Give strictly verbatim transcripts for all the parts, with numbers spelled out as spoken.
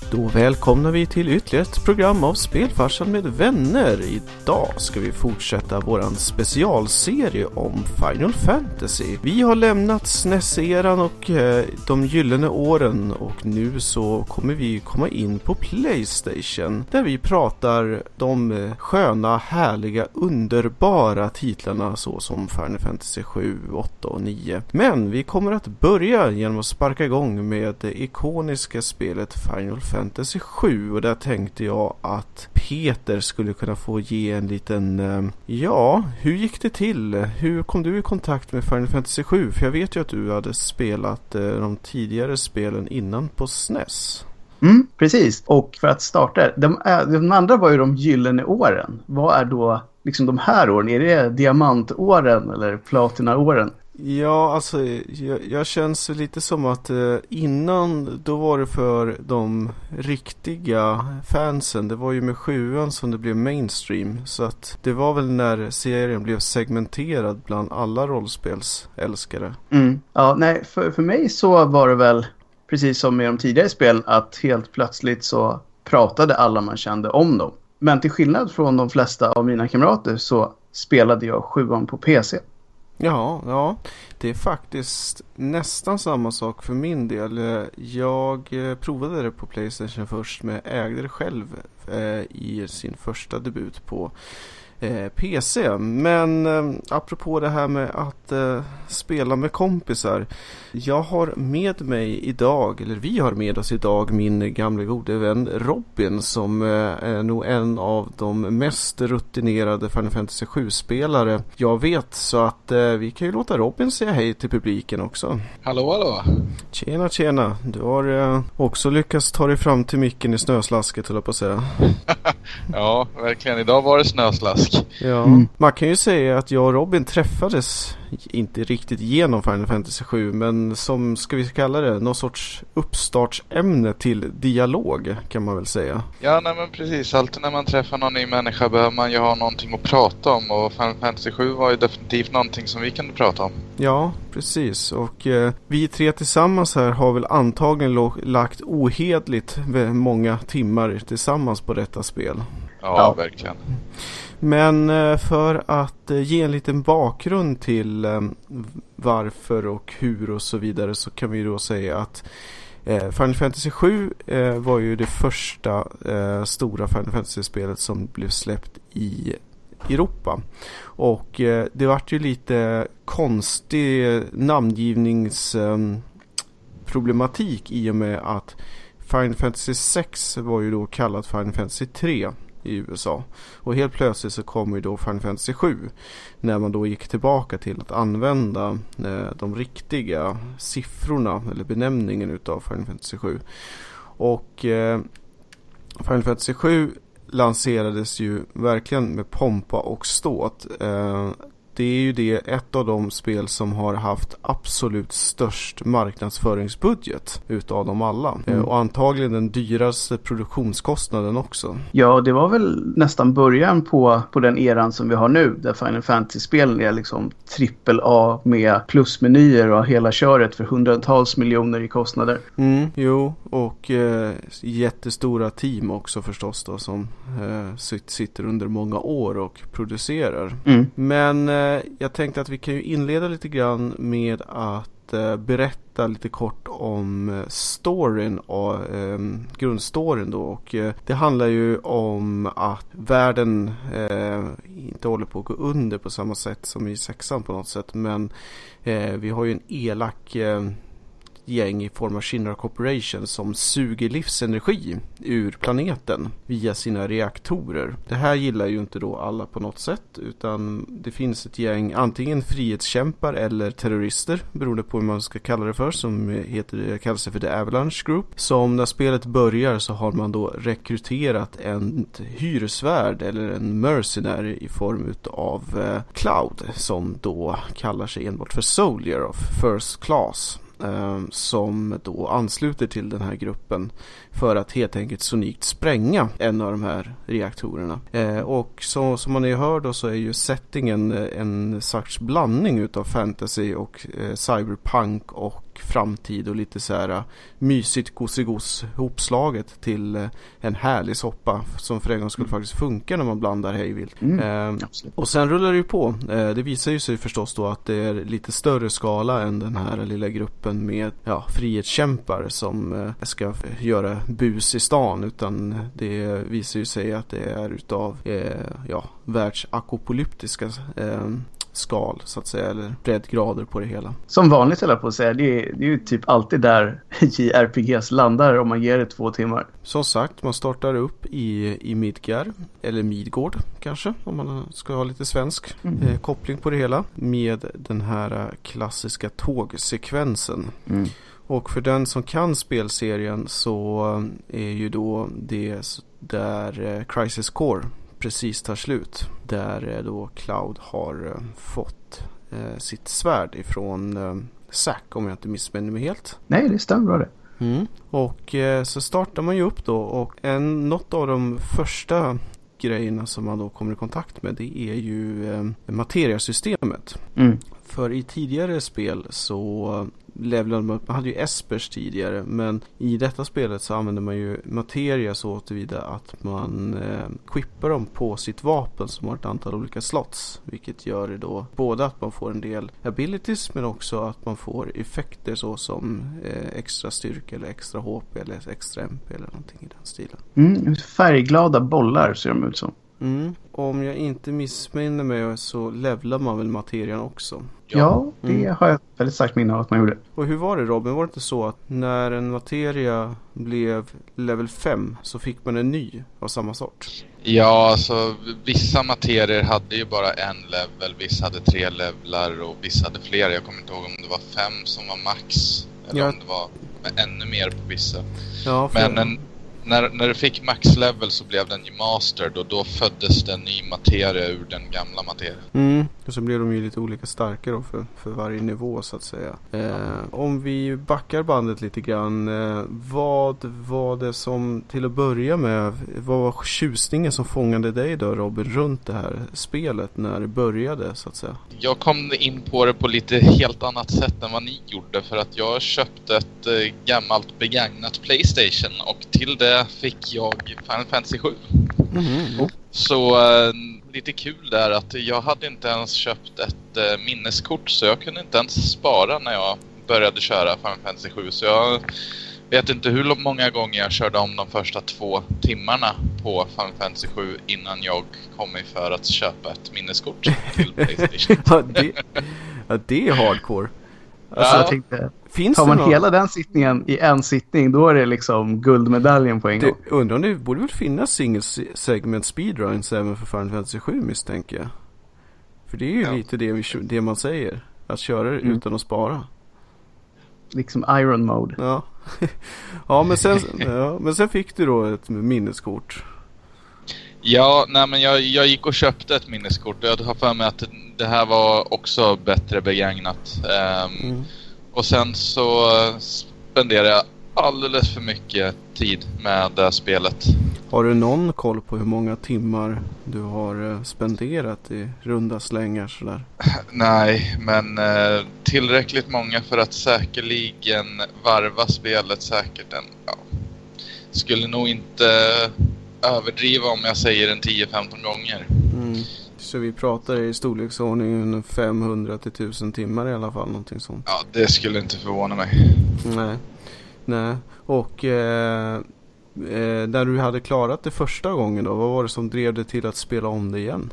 Då välkomnar vi till ytterligare ett program av Spelfarsan med vänner. Idag ska vi fortsätta våran specialserie om Final Fantasy. Vi har lämnat S N E S-eran och eh, de gyllene åren och nu så kommer vi komma in på PlayStation där vi pratar de eh, sköna, härliga, underbara titlarna så som Final Fantasy sju, åtta och nio. Men vi kommer att börja genom att sparka igång med det ikoniska spelet Final Fantasy sju och där tänkte jag att Peter skulle kunna få ge en liten ja, hur gick det till? Hur kom du i kontakt med Final Fantasy sju? För jag vet ju att du hade spelat de tidigare spelen innan på S N E S. Mm, precis. Och för att starta, de, de andra var ju de gyllene åren. Vad är då liksom de här åren? Är det diamantåren eller platinaåren? Ja, alltså jag, jag känns lite som att eh, innan då var det för de riktiga fansen. Det var ju med sjuan som det blev mainstream. Så att det var väl när serien blev segmenterad bland alla rollspelsälskare. Mm. Ja, nej, för, för mig så var det väl precis som med de tidigare spelen att helt plötsligt så pratade alla man kände om dem. Men till skillnad från de flesta av mina kamrater så spelade jag sjuan på P C. Ja, ja, det är faktiskt nästan samma sak för min del. Jag provade det på PlayStation först men ägde det själv eh, i sin första debut på eh, P C. Men eh, apropå det här med att eh, spela med kompisar. Jag har med mig idag, eller vi har med oss idag min gamla gode vän Robin som eh, är nog en av de mest rutinerade Final Fantasy sju-spelare jag vet. Så att eh, vi kan ju låta Robin säga hej till publiken också. Hallå, hallå. Tjena, tjena. Du har eh, också lyckats ta dig fram till micken i snöslasket, höll jag på att säga. Ja, verkligen. Idag var det snöslask. Ja, mm. Man kan ju säga att jag och Robin träffades inte riktigt genom Final Fantasy sju, men som, ska vi kalla det, någon sorts uppstartsämne till dialog kan man väl säga. Ja, nej men precis. Alltid när man träffar någon ny människa behöver man ju ha någonting att prata om och Final Fantasy sju var ju definitivt någonting som vi kunde prata om. Ja, precis. Och eh, vi tre tillsammans här har väl antagligen lo- lagt ohedligt många timmar tillsammans på detta spel. Ja, ja. Verkligen. Men för att ge en liten bakgrund till varför och hur och så vidare så kan vi då säga att Final Fantasy sju var ju det första stora Final Fantasy-spelet som blev släppt i Europa. Och det var ju lite konstig namngivningsproblematik i och med att Final Fantasy sex var ju då kallat Final Fantasy tre i U S A. Och helt plötsligt så kom ju då Final Fantasy sju när man då gick tillbaka till att använda eh, de riktiga siffrorna eller benämningen utav Final Fantasy sju. Och eh, Final Fantasy sju lanserades ju verkligen med pompa och ståt. Eh, Det är ju det ett av de spel som har haft absolut störst marknadsföringsbudget utav dem alla. Mm. Och antagligen den dyraste produktionskostnaden också. Ja, det var väl nästan början på, på den eran som vi har nu. Där Final Fantasy-spelen är liksom trippel A med plusmenyer och hela köret för hundratals miljoner i kostnader. Mm, jo, och eh, jättestora team också förstås då som eh, sitter under många år och producerar. Mm. Men eh, jag tänkte att vi kan ju inleda lite grann med att eh, berätta lite kort om storyn och eh, grundstoryn då. Och eh, det handlar ju om att världen eh, inte håller på att gå under på samma sätt som i sexan på något sätt. Men eh, vi har ju en elak eh, gäng i form av Shinra Corporation som suger livsenergi ur planeten via sina reaktorer. Det här gillar ju inte då alla på något sätt, utan det finns ett gäng antingen frihetskämpar eller terrorister, beroende på hur man ska kalla det för, som heter, kallar sig för The Avalanche Group. Som när spelet börjar så har man då rekryterat en hyresvärd eller en mercenary i form av eh, Cloud, som då kallar sig enbart för Soldier of First Class. Som då ansluter till den här gruppen för att helt enkelt sonikt spränga en av de här reaktorerna. Eh, och så, som man ju hör då så är ju settingen en slags blandning utav fantasy och eh, cyberpunk och och framtid och lite så här mysigt gosigos hopslaget till eh, en härlig soppa som för en gång skulle faktiskt funka när man blandar hejvilt. Mm, eh, och sen rullar det ju på. Eh, det visar ju sig förstås då att det är lite större skala än den här lilla gruppen med ja, frihetskämpar som eh, ska göra bus i stan, utan det visar ju sig att det är utav eh, ja, världsapokalyptiska eh, skal så att säga, eller breddgrader på det hela. Som vanligt eller på att säga, det är, det är ju typ alltid där J R P Gs landar om man ger det två timmar. Som sagt, man startar upp i, i Midgard, eller Midgård kanske, om man ska ha lite svensk mm. eh, koppling på det hela, med den här klassiska tågsekvensen. Mm. Och för den som kan spelserien så är ju då det där Crisis Core precis tar slut. Där då Cloud har fått eh, sitt svärd ifrån eh, Zack, om jag inte missminner mig helt. Nej, det stämmer bra det. Mm. Och eh, så startar man ju upp då, och en, något av de första grejerna som man då kommer i kontakt med, det är ju eh, materiasystemet. Mm. För i tidigare spel så levlade man, man hade ju espers tidigare, men i detta spelet så använder man ju materia så tillvida att man eh, quippar dem på sitt vapen som har ett antal olika slots, vilket gör det då både att man får en del abilities men också att man får effekter så som eh, extra styrka eller extra H P eller extra M P eller någonting i den stilen. Mm, färgglada bollar ser de ut som. Mm. Om jag inte missminner mig så levlar man väl materian också. Ja, det mm. har jag väldigt starkt minne av att man gjorde. Och hur var det, Robin? Var det inte så att när en materia blev level fem så fick man en ny av samma sort? Ja, alltså vissa materier hade ju bara en level, vissa hade tre levlar och vissa hade fler. Jag kommer inte ihåg om det var fem som var max eller ja. om det var ännu mer på vissa. Ja, för... Men en När, när du fick max level så blev den ju mastered och då föddes det en ny materia ur den gamla materien. Mm, och så blev de ju lite olika starka då för, för varje nivå så att säga. Eh, om vi backar bandet lite grann, eh, vad var det som till att börja med, vad var tjusningen som fångade dig då, Robin, runt det här spelet när det började så att säga? Jag kom in på det på lite helt annat sätt än vad ni gjorde, för att jag köpte ett eh, gammalt begagnat PlayStation och till det fick jag Final Fantasy sju. Mm-hmm. Så äh, lite kul där att jag hade inte ens köpt ett äh, minneskort, så jag kunde inte ens spara när jag började köra Final Fantasy sju. Så jag vet inte hur många gånger jag körde om de första två timmarna på Final Fantasy sju innan jag kom mig för att köpa ett minneskort till PlayStation. ja, det, ja, det är hardcore. Alltså, ja. jag tänkte, finns tar man någon... hela den sittningen i en sittning, då är det liksom guldmedaljen på en gång. Det, undrar om det borde väl finnas single segment speedruns även för Final Fantasy sju, misstänker jag. För det är ju ja. lite det, vi, det man säger, att köra det mm. utan att spara. Liksom Iron Mode. Ja, ja, men sen, ja men sen fick du då ett minneskort. Ja, nej men jag, jag gick och köpte ett minneskort. Jag har för mig att det här var också bättre begagnat. Um, mm. Och sen så spenderade jag alldeles för mycket tid med det spelet. Har du någon koll på hur många timmar du har spenderat i runda slängar sådär? Nej, men eh, tillräckligt många för att säkerligen varva spelet säkert en, ja, skulle nog inte överdriva om jag säger en tio femton gånger. Mm. Så vi pratar i storleksordningen femhundra till tusen timmar i alla fall, någonting sånt. Ja, det skulle inte förvåna mig. Nej, nej. Och eh, eh, när du hade klarat det första gången då, vad var det som drev dig till att spela om det igen?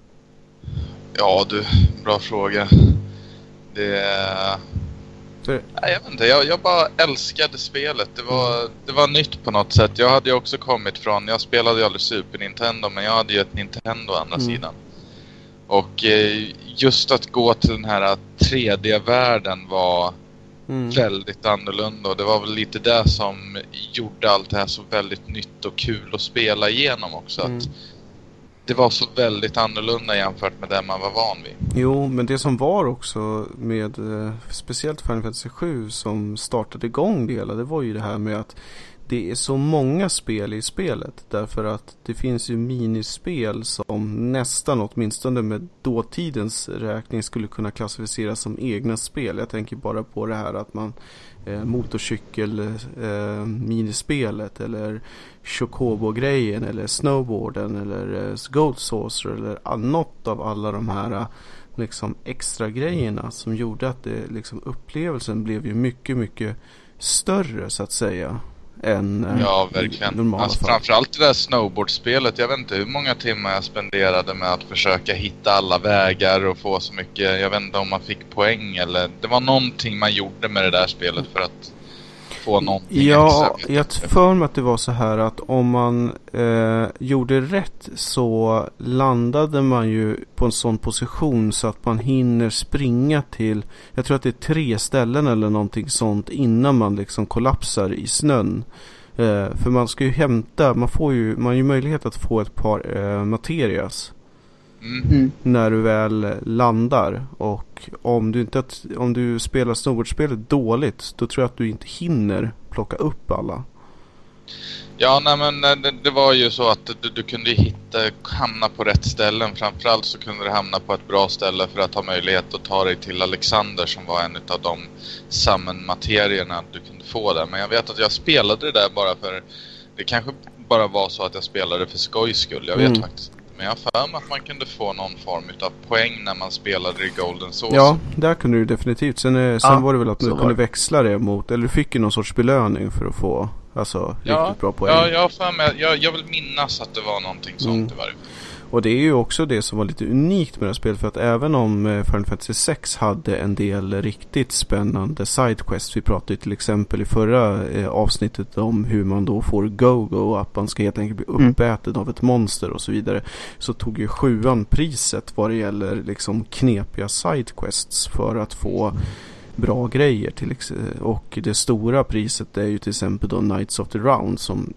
Ja du, bra fråga. Det... För... Nej, jag vet inte, jag, jag bara älskade spelet. Det var, mm. det var nytt på något sätt. Jag hade ju också kommit från, jag spelade ju aldrig Super Nintendo, men jag hade ju ett Nintendo å andra mm. sidan. Och eh, just att gå till den här tre D-världen var mm. väldigt annorlunda. Och det var väl lite det som gjorde allt det här så väldigt nytt och kul att spela igenom också. Mm. Att det var så väldigt annorlunda jämfört med det man var van vid. Jo, men det som var också med eh, speciellt Final Fantasy sju som startade igång det hela, det var ju det här med att det är så många spel i spelet, därför att det finns ju minispel som nästan åtminstone med dåtidens räkning skulle kunna klassificeras som egna spel. Jag tänker bara på det här att man eh, motorcykel eh, minispelet eller Chocobo-grejen eller snowboarden eller eh, Gold Saucer eller något av alla de här liksom extra grejerna som gjorde att det, liksom, upplevelsen blev ju mycket mycket större så att säga än ja, verkligen. Alltså, framförallt det där snowboardspelet. Jag vet inte hur många timmar jag spenderade med att försöka hitta alla vägar och få så mycket. Jag vet inte om man fick poäng eller det var någonting man gjorde med det där spelet för att få någonting. Ja, jag för mig att det var så här att om man eh, gjorde rätt så landade man ju på en sån position så att man hinner springa till, jag tror att det är tre ställen eller någonting sånt innan man liksom kollapsar i snön. Eh, för man ska ju hämta, man får ju, man har ju möjlighet att få ett par eh, materias. Mm. När du väl landar, och om du inte om du spelar snowboardspelet dåligt, då tror jag att du inte hinner plocka upp alla. Ja, nej men det, det var ju så att du, du kunde hitta, hamna på rätt ställen. Framförallt så kunde du hamna på ett bra ställe för att ha möjlighet att ta dig till Alexander, som var en av de sammanmaterierna du kunde få där. Men jag vet att jag spelade det där bara för, det kanske bara var så att jag spelade för skojs skull. Jag vet mm. faktiskt. Men jag har för mig att man kunde få någon form av poäng när man spelade i Golden Saucer. Ja, där kunde du definitivt. Sen, sen ja, var det väl att du kunde växla det mot, eller du fick ju någon sorts belöning för att få alltså, ja, riktigt bra poäng. Ja, jag har för mig, jag, jag vill minnas att det var någonting sånt mm. i varje fall. Och det är ju också det som var lite unikt med det här spelet, för att även om Final Fantasy sex hade en del riktigt spännande sidequests, vi pratade till exempel i förra eh, avsnittet om hur man då får Go-Go och att man ska helt enkelt bli uppäten mm. av ett monster och så vidare, så tog ju sjuan priset vad det gäller liksom knepiga sidequests för att få bra grejer till ex- och det stora priset är ju till exempel då Knights of the Round, som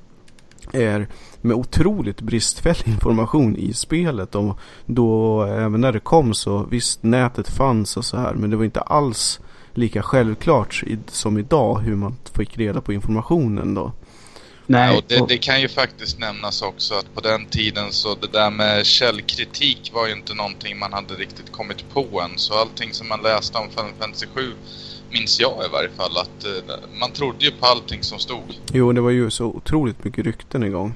är med otroligt bristfällig information i spelet, och då även när det kom så visst, nätet fanns och så här, men det var inte alls lika självklart i, som idag hur man fick reda på informationen då. Nej, och det, det kan ju faktiskt nämnas också att på den tiden så det där med källkritik var ju inte någonting man hade riktigt kommit på än, så allting som man läste om Final Fantasy sju minns jag i varje fall att uh, man trodde ju på allting som stod. Jo, det var ju så otroligt mycket rykten igång.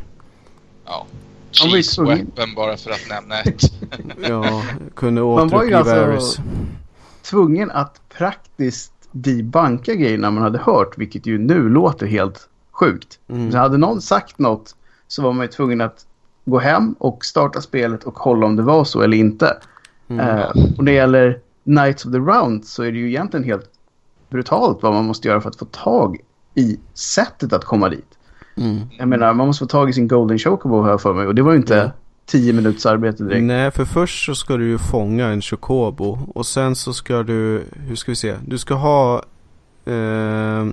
Ja. Cheese Weapon bara för att nämna ett. Ja, kunde återuppliva Man var ju alltså tvungen att praktiskt debanka grejerna man hade hört, vilket ju nu låter helt sjukt. Mm. Så hade någon sagt något så var man ju tvungen att gå hem och starta spelet och kolla om det var så eller inte. Mm. Uh, och det gäller Knights of the Round så är det ju egentligen helt brutalt vad man måste göra för att få tag i sättet att komma dit. Mm. Jag menar, man måste få tag i sin Golden Chocobo här för mig, och det var ju inte mm. tio minuters arbete direkt. Nej, för först så ska du ju fånga en Chocobo, och sen så ska du, hur ska vi se, du ska ha eh,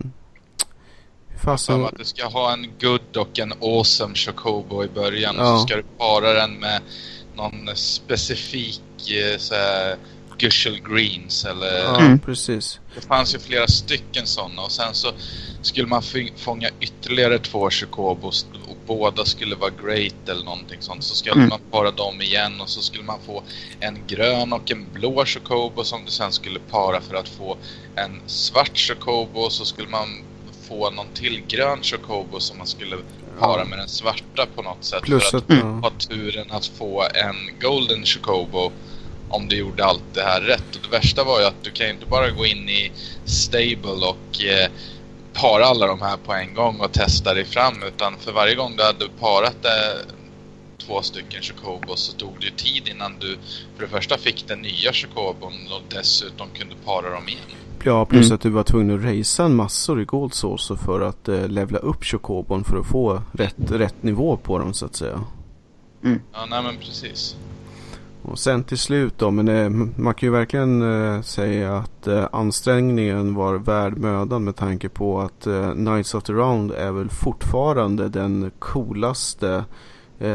fasen... att du ska ha en good och en awesome Chocobo i början, ja. Och så ska du para den med någon specifik så här, Gushel Greens eller... Ja, mm. precis. Det fanns ju flera stycken sådana, och sen så skulle man fånga ytterligare två Chocobos och båda skulle vara great eller någonting sånt, så skulle mm. man para dem igen, och så skulle man få en grön och en blå Chocobo som du sen skulle para för att få en svart Chocobo, och så skulle man få någon till grön Chocobo som man skulle para med den svarta på något sätt. Plus för att mm. ha turen att få en golden Chocobo om du gjorde allt det här rätt. Och det värsta var ju att du kan ju inte bara gå in i stable och eh, para alla de här på en gång och testa dig fram, utan för varje gång du hade parat eh, två stycken Chocobos så tog det ju tid innan du för det första fick den nya Chocobon och dessutom kunde para dem igen. Ja, plus mm. att du var tvungen att racea en massor i Gold Saucer för att eh, levla upp Chocobon för att få rätt, rätt nivå på dem så att säga. Mm. Ja, nej men precis. Och sen till slut då, men det, man kan ju verkligen eh, säga att eh, ansträngningen var värd mödan med tanke på att eh, Knights of the Round är väl fortfarande den coolaste eh,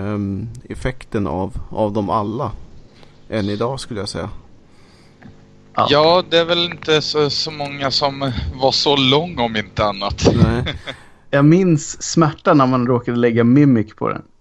Summoner-effekten eh, av, av dem alla än idag skulle jag säga. Ja. ja, det är väl inte så, så många som var så lång om inte annat. Nej. Jag minns smärtan när man råkade lägga mimik på den.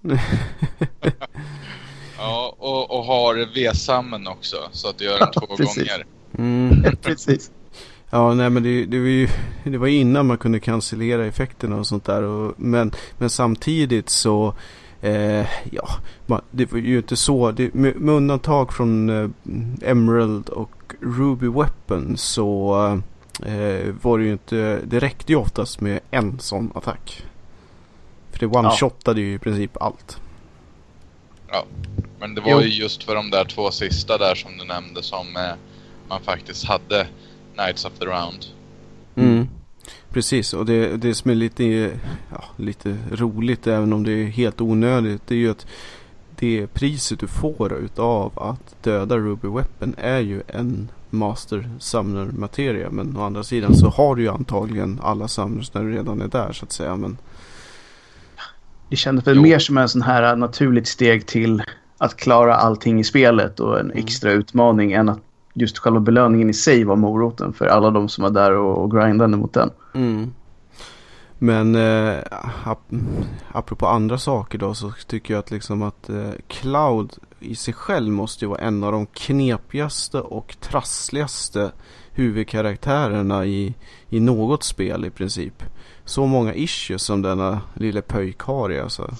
Ja, och, och har V-sammen också, så att du gör den ja, två precis. gånger. Mm. Precis. Ja, nej, men det, det, var ju, det var innan man kunde cancellera effekterna och sånt där. Och, men, men samtidigt så, eh, ja, man, det var ju inte så. Det, med, med undantag från eh, Emerald och Ruby Weapon så eh, var det ju inte, det räckte ju oftast med en sån attack. För det one-shotade ja. ju i princip allt. Ja, men det var jo. ju just för de där två sista där som du nämnde som eh, man faktiskt hade Knights of the Round. Mm. Precis, och det, det som är lite, ja, lite roligt, även om det är helt onödigt, det är ju att det priset du får utav att döda Ruby Weapon är ju en Master Summoner materia. Men å andra sidan så har du ju antagligen alla summoners när du redan är där, så att säga. Men det kändes väl jo. mer som en sån här naturligt steg till att klara allting i spelet och en extra mm. utmaning än att just själva belöningen i sig var moroten för alla de som var där och, och grindade mot den. Mm. Men eh, ap- apropå andra saker då, så tycker jag att liksom att eh, Cloud i sig själv måste ju vara en av de knepigaste och trassligaste huvudkaraktärerna i, i något spel i princip. Så många issues som denna lilla pöjk har i, alltså.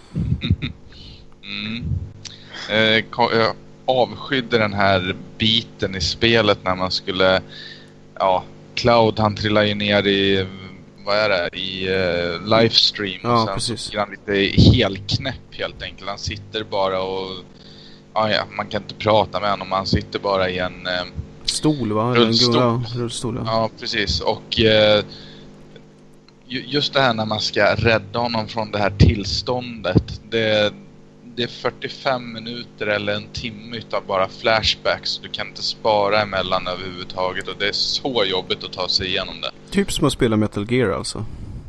Mm. Eh, jag avskydde den här biten i spelet när man skulle, ja, Cloud han trillar ju ner i, vad är det, i uh, livestream och ja, sen precis. så blir han lite helknäpp helt enkelt. Han sitter bara och, ja, ja man kan inte prata med honom, han sitter bara i en uh, stol, va? Rullstol. Ja, rullstol, ja. Ja, precis. Och uh, just det här när man ska rädda honom från det här tillståndet, det, det är fyrtiofem minuter eller en timme utav bara flashbacks. Du kan inte spara emellan överhuvudtaget och det är så jobbigt att ta sig igenom det. Typ som att spela Metal Gear alltså.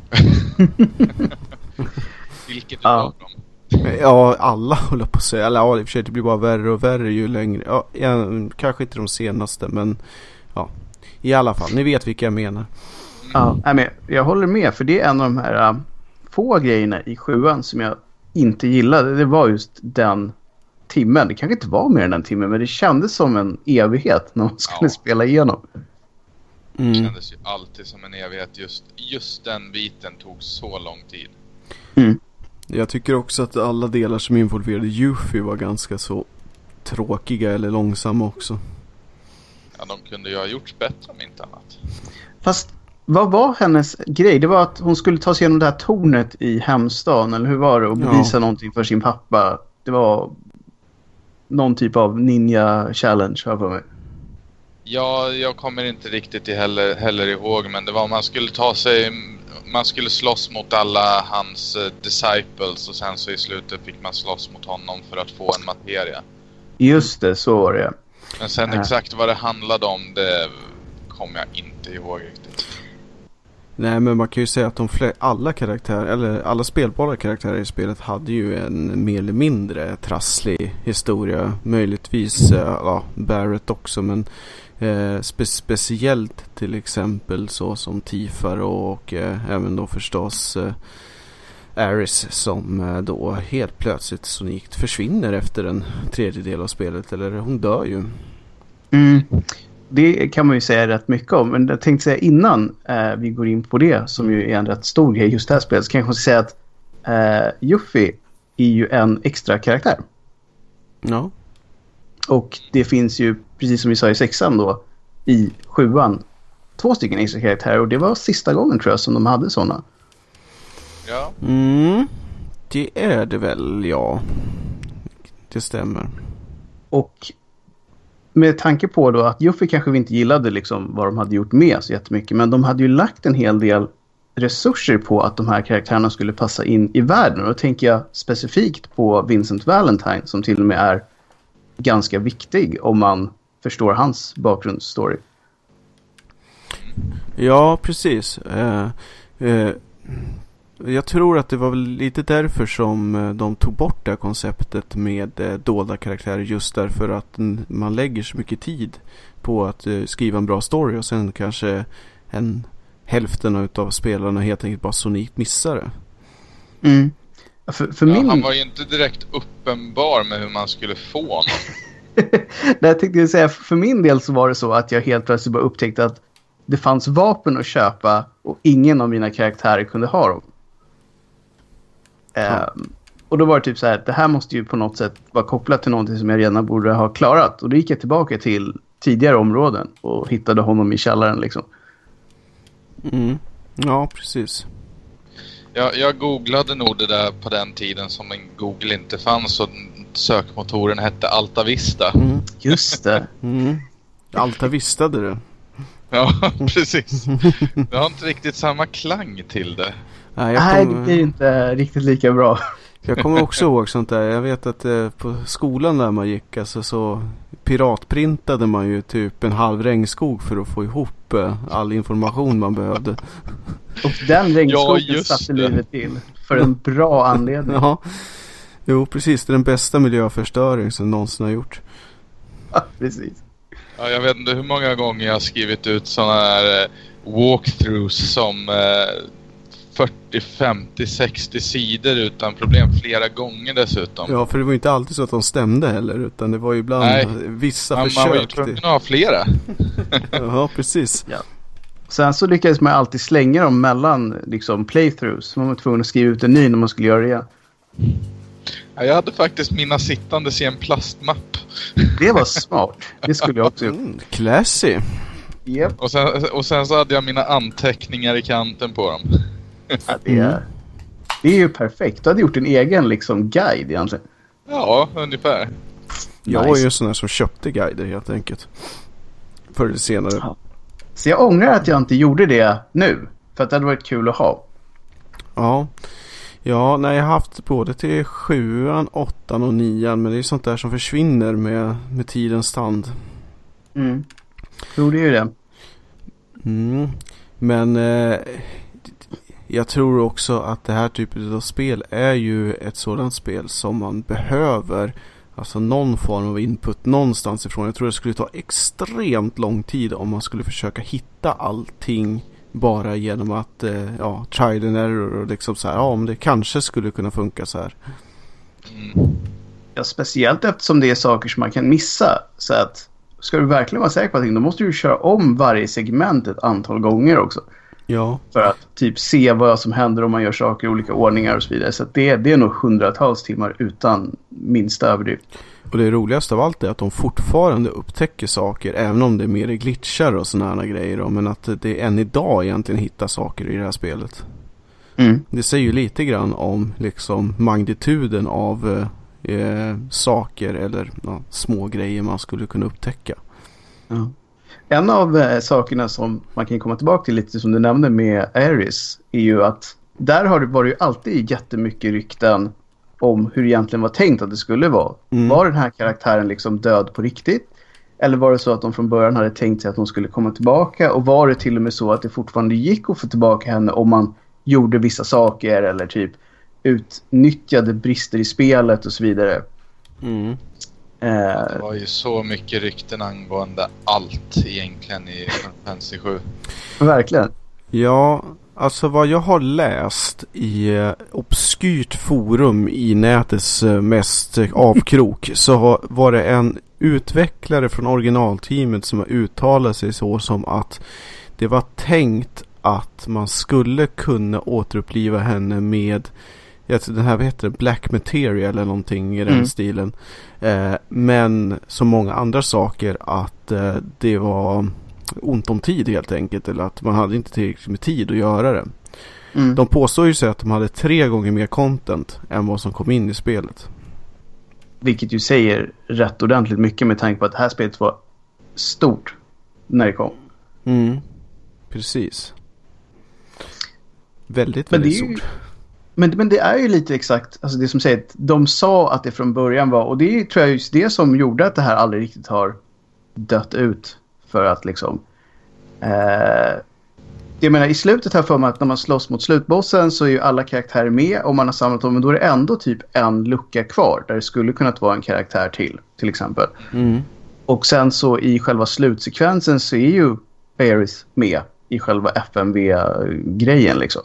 Vilket ja. du dem? Ja, alla håller på att säga. Eller ja, i och för sig det blir bara värre och värre ju längre. Ja, jag, kanske inte de senaste, men ja, i alla fall, ni vet vilka jag menar. Mm. Ja, men jag håller med, för det är en av de här uh, få grejerna i sjuan som jag inte gillade. Det var just den timmen. Det kanske inte var mer än en timme, men det kändes som en evighet när man skulle ja. spela igenom. Mm. Det kändes ju alltid som en evighet. Just, just den biten tog så lång tid. Mm. Jag tycker också att alla delar som involverade Yuffie var ganska så tråkiga eller långsamma också. Ja, de kunde ju ha gjorts bättre om inte annat. Fast vad var hennes grej? Det var att hon skulle ta sig igenom det här tornet i hemstaden, eller hur var det? Och bevisa ja. någonting för sin pappa. Det var någon typ av ninja challenge här för mig. Ja, jag kommer inte riktigt heller, heller ihåg, men det var man skulle ta sig, man skulle slåss mot alla hans uh, disciples och sen så i slutet fick man slåss mot honom för att få en materia. Just det, så var det. Men sen äh. exakt vad det handlade om, det kommer jag inte ihåg riktigt. Nej, men man kan ju säga att de fler, alla karaktärer, eller alla spelbara karaktärer i spelet hade ju en mer eller mindre trasslig historia. Möjligtvis, äh, ja, Barrett också, men eh, spe- speciellt till exempel så som Tifar och, och eh, även då förstås eh, Aris som eh, då helt plötsligt sonikt försvinner efter en tredjedel av spelet, eller hon dör ju. Mm. Det kan man ju säga rätt mycket om, men jag tänkte säga innan eh, vi går in på det som ju är en rätt stor grej just det här spelet, så kan jag säga att eh, Yuffie är ju en extra karaktär. Ja. Och det finns ju, precis som vi sa i sexan då, i sjuan, två stycken extra karaktärer, och det var sista gången tror jag som de hade sådana. Ja. Mm, det är det väl, ja. Det stämmer. Och med tanke på då att Yuffie kanske vi inte gillade liksom vad de hade gjort med så jättemycket, men de hade ju lagt en hel del resurser på att de här karaktärerna skulle passa in i världen. Och då tänker jag specifikt på Vincent Valentine som till och med är ganska viktig om man förstår hans bakgrundsstory. Ja, precis. Uh, uh, Jag tror att det var väl lite därför som de tog bort det här konceptet med dolda karaktärer, just därför att man lägger så mycket tid på att skriva en bra story och sen kanske en hälften av spelarna helt enkelt bara sonikt missar det. Mm. För, för ja, min... Han var ju inte direkt uppenbar med hur man skulle få honom. Nej, jag tänkte säga, för min del så var det så att jag helt plötsligt bara upptäckte att det fanns vapen att köpa och ingen av mina karaktärer kunde ha dem. Ja. Um, och då var det typ så här, det här måste ju på något sätt vara kopplat till någonting som jag redan borde ha klarat. Och då gick jag tillbaka till tidigare områden och hittade honom i källaren liksom. Mm. Ja, precis. Jag, jag googlade nog det där på den tiden som en Google inte fanns och sökmotoren hette Alta Vista. Mm. Just det. Mm. Alta Vistade det. Ja, precis. Det har inte riktigt samma klang till det. Nej, kom... Nej, det blir inte riktigt lika bra. Jag kommer också ihåg sånt där. Jag vet att eh, på skolan där man gick alltså, så piratprintade man ju typ en halv regnskog för att få ihop eh, all information man behövde. Och den regnskogen ja, satte livet till för en bra anledning. Ja, jo precis. Det är den bästa miljöförstöring som någonsin har gjort. Ja, precis. Ja, jag vet inte hur många gånger jag har skrivit ut sådana här eh, walkthroughs som eh, fyrtio, femtio, sextio sidor utan problem flera gånger dessutom. Ja, för det var ju inte alltid så att de stämde heller, utan det var ju ibland Nej, vissa man, försök. Man var ju tvungen att ha flera. Ja, precis. Ja. Sen så lyckades man alltid slänga dem mellan liksom, playthroughs. Man var tvungen att skriva ut en ny när man skulle göra det igen. Ja, jag hade faktiskt mina sittandes i en plastmapp. Det var smart. Det skulle jag också gjort. Mm, classy. Yep. Och, sen, och sen så hade jag mina anteckningar i kanten på dem. Ja, det, är, det är ju perfekt. Du hade gjort en egen liksom, guide egentligen. Ja, ungefär. Jag nice. var ju en sån här som köpte guider helt enkelt. Förr eller senare. Ja. Så jag ångrar att jag inte gjorde det nu. För att det hade varit kul att ha. Ja. Ja, nej, jag har haft både till sjuan, åttan och nian. Men det är sånt där som försvinner med, med tidens tand. Mm. Jo, det är ju det. Mm. Men eh, jag tror också att det här typet av spel är ju ett sådant spel som man behöver. Alltså någon form av input någonstans ifrån. Jag tror det skulle ta extremt lång tid om man skulle försöka hitta allting bara genom att eh, ja, trial and error och liksom så här, ja, om det kanske skulle kunna funka så här. Mm. Ja, speciellt eftersom det är saker som man kan missa. Så att ska du verkligen vara säker på allting, då måste du köra om varje segment ett antal gånger också. Ja. För att typ se vad som händer om man gör saker i olika ordningar och så vidare. Så att det, det är nog hundratals timmar utan minsta överdrift. Och det roligaste av allt är att de fortfarande upptäcker saker, även om det är mer glitchar och såna här grejer då, men att det än idag egentligen hittar saker i det här spelet. Mm. Det säger ju lite grann om liksom magnituden av eh, saker eller ja, små grejer man skulle kunna upptäcka. Ja. En av eh, sakerna som man kan komma tillbaka till lite som du nämnde med Ares är ju att där har det varit ju alltid jättemycket rykten om hur det egentligen var tänkt att det skulle vara. Mm. Var den här karaktären liksom död på riktigt? Eller var det så att de från början hade tänkt sig att de skulle komma tillbaka? Och var det till och med så att det fortfarande gick att få tillbaka henne om man gjorde vissa saker eller typ utnyttjade brister i spelet och så vidare? Mm. Det var ju så mycket rykten angående allt egentligen i Fantasy sju. Verkligen. Ja, alltså vad jag har läst i eh, obskyrt forum i nätets eh, mest eh, avkrok så var det en utvecklare från originalteamet som har uttalat sig så som att det var tänkt att man skulle kunna återuppliva henne med den här, vad heter det, Black Material eller någonting i den mm. stilen. Eh, men så många andra saker att eh, det var ont om tid helt enkelt, eller att man hade inte tillräckligt med tid att göra det. Mm. De påstår ju sig att de hade tre gånger mer content än vad som kom in i spelet. Vilket ju säger rätt ordentligt mycket med tanke på att det här spelet var stort när det kom. Mm. Precis. Väldigt, väldigt ju... stort. Men, men det är ju lite exakt alltså det som säger att de sa att det från början var, och det är, tror jag just det som gjorde att det här aldrig riktigt har dött ut, för att liksom eh, jag menar, i slutet här för mig att när man slåss mot slutbossen så är ju alla karaktärer med och man har samlat dem, men då är det ändå typ en lucka kvar där det skulle kunnat vara en karaktär till, till exempel. Mm. Och sen så i själva slutsekvensen så är ju Aerith med i själva F M V-grejen liksom.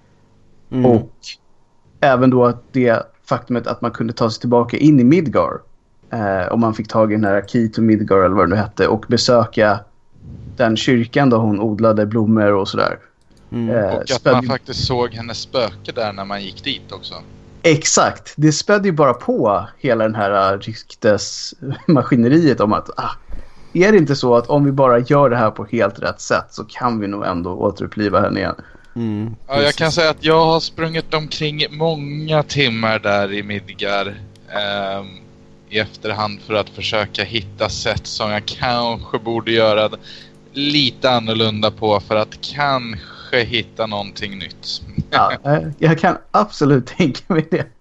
Mm. Och även då att det faktumet att man kunde ta sig tillbaka in i Midgar eh, om man fick tag i den här Key to Midgar eller vad det nu hette och besöka den kyrkan då hon odlade blommor och sådär. Mm. Eh, och att späd... man faktiskt såg hennes spöke där när man gick dit också. Exakt. Det spädde ju bara på hela den här ryktesmaskineriet om att ah, är det inte så att om vi bara gör det här på helt rätt sätt så kan vi nog ändå återuppliva henne igen. Mm, ja, jag kan säga att jag har sprungit omkring många timmar där i Midgar eh, i efterhand för att försöka hitta sätt som jag kanske borde göra lite annorlunda på för att kanske hitta någonting nytt. Ja, jag kan absolut tänka mig det.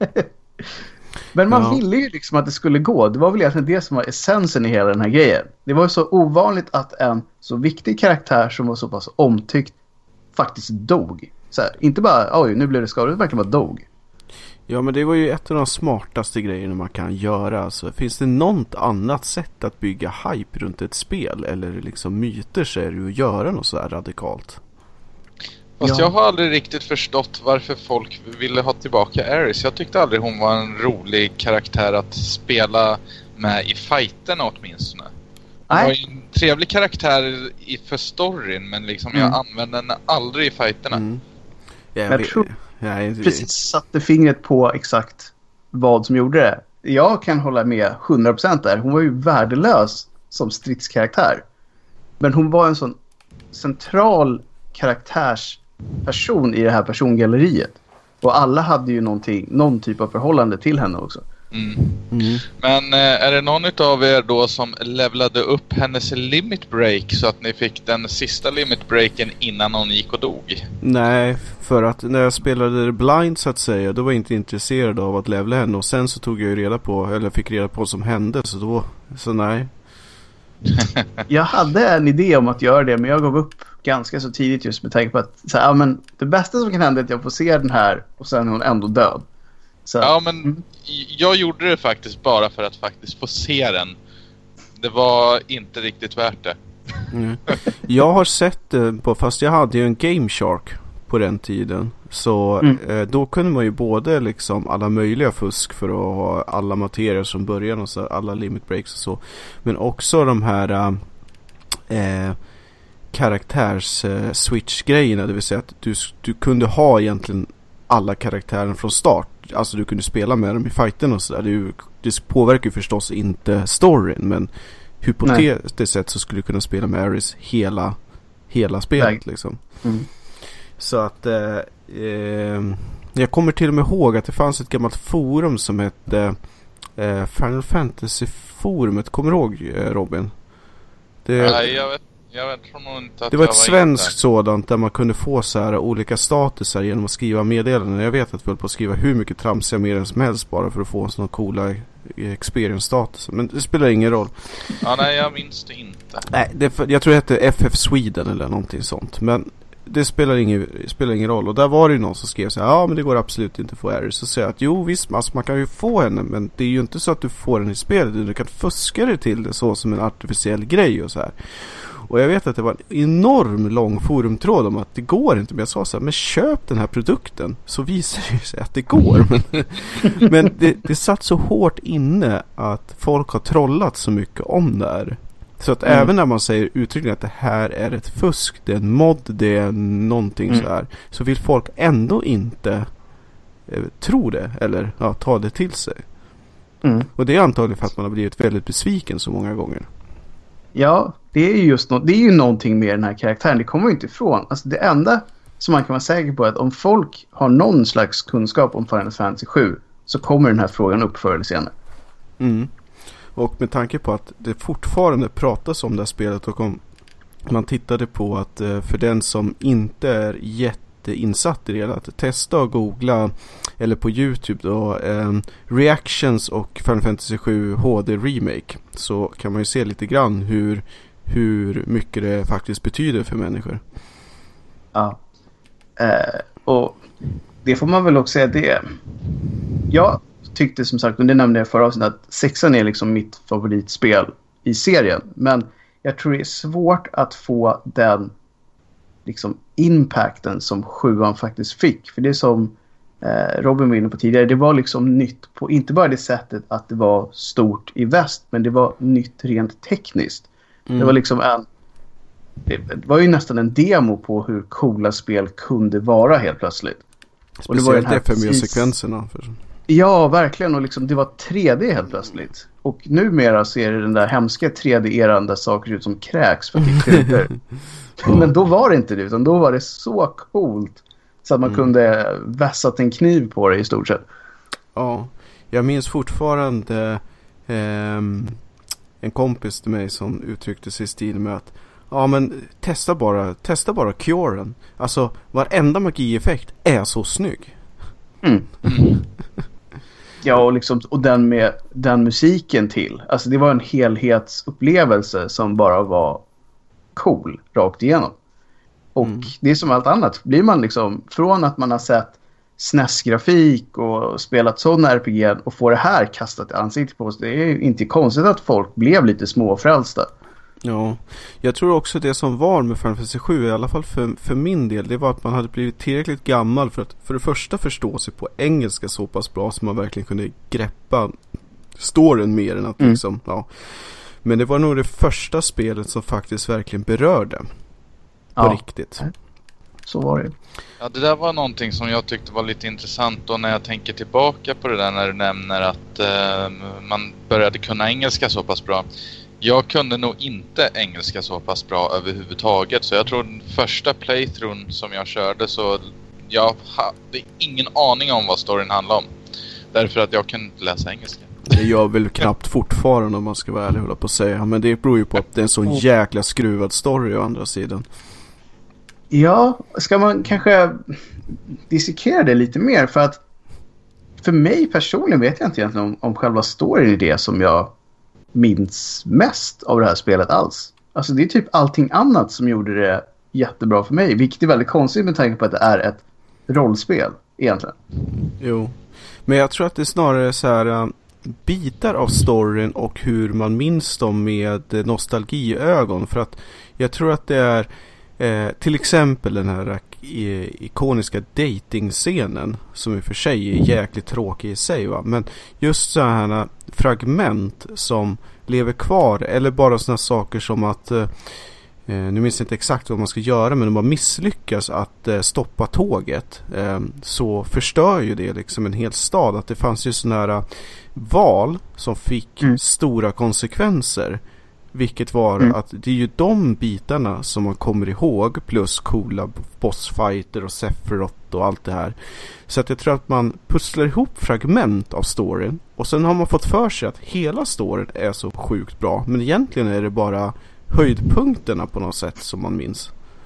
Men man ja. ville ju liksom att det skulle gå. Det var väl egentligen det som var essensen i hela den här grejen. Det var ju så ovanligt att en så viktig karaktär som var så pass omtyckt faktiskt dog. Så här, inte bara, oj, nu blev det skadat, det verkligen bara dog. Ja, men det var ju ett av de smartaste grejerna man kan göra. Alltså, finns det något annat sätt att bygga hype runt ett spel eller liksom myter så är det ju att göra något så här radikalt. Fast ja. jag har aldrig riktigt förstått varför folk ville ha tillbaka Aerith. Jag tyckte aldrig hon var en rolig karaktär att spela med i fighterna åtminstone. Hon Nej. var ju en trevlig karaktär i för storyn, men liksom mm. jag använde henne aldrig i fighterna. Mm. Jag, jag tror jag precis satte fingret på exakt vad som gjorde det. Jag kan hålla med hundra procent där. Hon var ju värdelös som stridskaraktär. Men hon var en sån central karaktärsperson i det här persongalleriet. Och alla hade ju någonting, någon typ av förhållande till henne också. Mm. Mm. Men eh, är det någon av er då som levlade upp hennes limit break så att ni fick den sista limit breaken innan hon gick och dog? Nej, för att när jag spelade blind så att säga, då var jag inte intresserad av att levla henne. Och sen så tog jag ju reda på, eller fick reda på vad som hände, så då, så nej. Jag hade en idé om att göra det, men jag gav upp ganska så tidigt just med tanke på att så här, ja, men det bästa som kan hända är att jag får se den här och sen är hon ändå död. Så. Ja, men mm. jag gjorde det faktiskt bara för att faktiskt få se den. Det var inte riktigt värt det. Mm. Jag har sett det på, fast jag hade ju en Game Shark på den tiden. Så mm. eh, då kunde man ju både liksom alla möjliga fusk för att ha alla materier som början och så, alla limit breaks och så. Men också de här eh, karaktärs eh, switch-grejerna, det vill säga att du, du kunde ha egentligen alla karaktärer från start. Alltså du kunde spela med dem i fighten och sådär. Det, det påverkar ju förstås inte storyn, men hypotetiskt sett så skulle du kunna spela med Aerith hela, hela spelet. Nej. Liksom. Mm. Så att eh, eh, jag kommer till och med ihåg att det fanns ett gammalt forum som hette eh, Final Fantasy-forumet. Kommer du ihåg, eh, Robin? Det, Nej, jag vet. Jag tror nog inte att det var ett svenskt sådant där man kunde få så här olika statusar genom att skriva meddelanden. Jag vet att vi höll på att skriva hur mycket tramsiga meddelanden som helst bara för att få sådana coola experience-status. Men det spelar ingen roll. Ja, nej, jag minns det inte. Nej, det, jag tror det hette F F Sweden eller någonting sånt. Men det spelar ingen, spelar ingen roll. Och där var det ju någon som skrev så här, ja men det går absolut inte att få Aerith. Så säger jag att jo visst, alltså, man kan ju få henne, men det är ju inte så att du får den i spelet. Du kan fuska det till det så som en artificiell grej och så här. Och jag vet att det var en enorm lång forumtråd om att det går inte. Men jag sa så här, men köp den här produkten så visar det sig att det går. Men, men det, det satt så hårt inne att folk har trollat så mycket om det här. Så att mm. även när man säger uttryckligen att det här är ett fusk, det är en mod, det är någonting mm. så här, så vill folk ändå inte eh, tro det eller ja, ta det till sig. Mm. Och det är antagligen för att man har blivit väldigt besviken så många gånger. Ja, det är ju just no- det är ju någonting med den här karaktären. Det kommer ju inte ifrån. Alltså det enda som man kan vara säker på är att om folk har någon slags kunskap om Final Fantasy sju så kommer den här frågan upp förr eller senare. Mm. Och med tanke på att det fortfarande pratas om det här spelet och om man tittade på att för den som inte är jätteinsatt i det, att testa och googla eller på YouTube då, eh, Reactions och Final Fantasy sju H D Remake, så kan man ju se lite grann hur, hur mycket det faktiskt betyder för människor. Ja. Eh, och det får man väl också säga, det jag tyckte som sagt, och det nämnde jag förra avsnittet, att sexan är liksom mitt favoritspel i serien. Men jag tror det är svårt att få den liksom impacten som sjuan faktiskt fick. För det som eh, Robin var inne på tidigare, det var liksom nytt på inte bara det sättet att det var stort i väst, men det var nytt rent tekniskt. Mm. Det var liksom en det var ju nästan en demo på hur coola spel kunde vara helt plötsligt. Speciellt F M U-sekvenserna. Ja, verkligen. Och liksom, det var tre D helt plötsligt. Och numera så är det den där hemska tre D-eran där saker ser ut som kräks för att det kryper. Men då var det inte det, utan då var det så coolt så att man mm. kunde vässat en kniv på det i stort sett. Ja, jag minns fortfarande eh, en kompis till mig som uttryckte sig i stil med att ja, men testa bara, testa bara Curen. Alltså, varenda magieffekt är så snygg. Mm. Mm. Ja, och, liksom, och den med den musiken till. Alltså, det var en helhetsupplevelse som bara var cool rakt igenom. Och mm. det är som allt annat. Blir man liksom, från att man har sett S N E S-grafik och spelat sådana R P G och får det här kastat i ansiktet på oss, det är inte konstigt att folk blev lite småfrälsta. Ja, jag tror också det som var med Final Fantasy sju, i alla fall för, för min del, det var att man hade blivit tillräckligt gammal för att för det första förstå sig på engelska så pass bra som man verkligen kunde greppa storyn mer än att mm. liksom, ja. Men det var nog det första spelet som faktiskt verkligen berörde på ja. riktigt. Så var det. Ja, det där var någonting som jag tyckte var lite intressant då när jag tänker tillbaka på det där när du nämner att eh, man började kunna engelska så pass bra. Jag kunde nog inte engelska så pass bra överhuvudtaget. Så jag tror den första playthroughen som jag körde så jag hade ingen aning om vad storyn handlade om. Därför att jag kunde inte läsa engelska. Det gör väl knappt fortfarande om man ska vara ärlig, hålla på att säga. Men det beror ju på att det är en sån jäkla skruvad story å andra sidan. Ja, ska man kanske dissekera det lite mer? För att för mig personligen vet jag inte egentligen om, om själva storyn är det som jag minns mest av det här spelet alls. Alltså det är typ allting annat som gjorde det jättebra för mig. Vilket är väldigt konstigt med tanke på att det är ett rollspel egentligen. Jo, men jag tror att det är snarare så här uh, bitar av storyn och hur man minns dem med nostalgiögon. För att jag tror att det är eh, till exempel den här i, ikoniska dating-scenen som i och för sig är jäkligt tråkig i sig, va? Men just så här fragment som lever kvar, eller bara såna saker som att eh, nu minns jag inte exakt vad man ska göra, men om man misslyckas att eh, stoppa tåget eh, så förstör ju det liksom en hel stad. Att det fanns ju såna här val som fick mm. stora konsekvenser. Vilket var mm. att det är ju de bitarna som man kommer ihåg, plus coola bossfighter och Sephiroth och allt det här. Så att jag tror att man pusslar ihop fragment av storyn och sen har man fått för sig att hela storyn är så sjukt bra. Men egentligen är det bara höjdpunkterna på något sätt som man minns.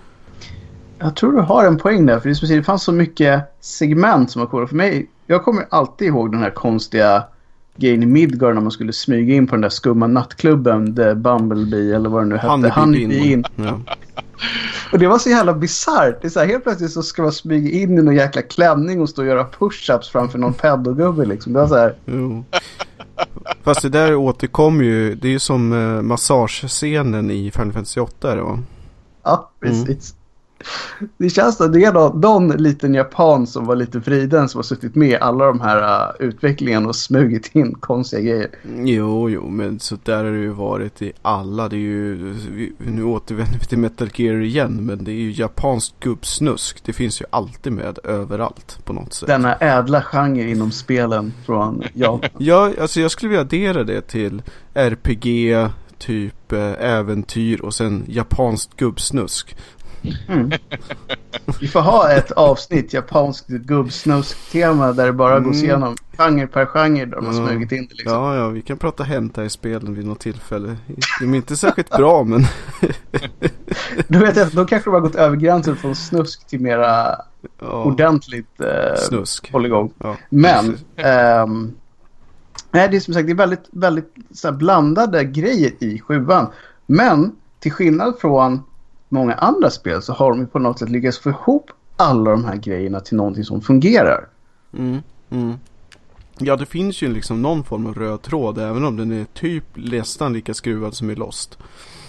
Jag tror du har en poäng där, för det, är det fanns så mycket segment som var coola för mig. Jag kommer alltid ihåg den här konstiga grejen i Midgard när man skulle smyga in på den där skumma nattklubben, The Bumblebee eller vad det nu hette. Honeybee in. Ja. Och det var så jävla bizarrt. Det är så här, helt plötsligt så ska man smyga in i någon jäkla klänning och stå och göra push-ups framför någon pedogubbe liksom. Det var så här. Jo. Fast det där återkommer ju, det är ju som uh, massagescenen i Final Fantasy åtta, va? Ja, precis. Mm. Det känns att det är någon, någon liten japan som var lite friden som har suttit med i alla de här uh, utvecklingen och smugit in konstiga grejer. Jo, jo, men så där har det ju varit i alla. Det är ju, nu återvänder vi till Metal Gear igen, men det är ju japanskt gubbsnusk. Det finns ju alltid med överallt på något sätt. Denna ädla genre inom spelen från Japan. Ja, alltså jag skulle vilja addera det till R P G, typ äh, äventyr och sen japanskt gubbsnusk. Mm. Vi får ha ett avsnitt japanskt gubbsnusk-tema där det bara mm. gås igenom genre per genre där man ja. smugit in det liksom. Ja, ja, vi kan prata hentai-spelen vid något tillfälle. De är inte särskilt bra, men då vet jag, då kanske de har gått över gränsen från snusk till mera ja. ordentligt eh, snusk. Hålligång. Ja, men ehm, nej, det är som sagt det är väldigt, väldigt så här, blandade grejer i sjuan. Men till skillnad från många andra spel så har de på något sätt lyckats få ihop alla de här grejerna till någonting som fungerar. Mm, mm. Ja, det finns ju liksom någon form av röd tråd, även om den är typ nästan lika skruvad som i Lost.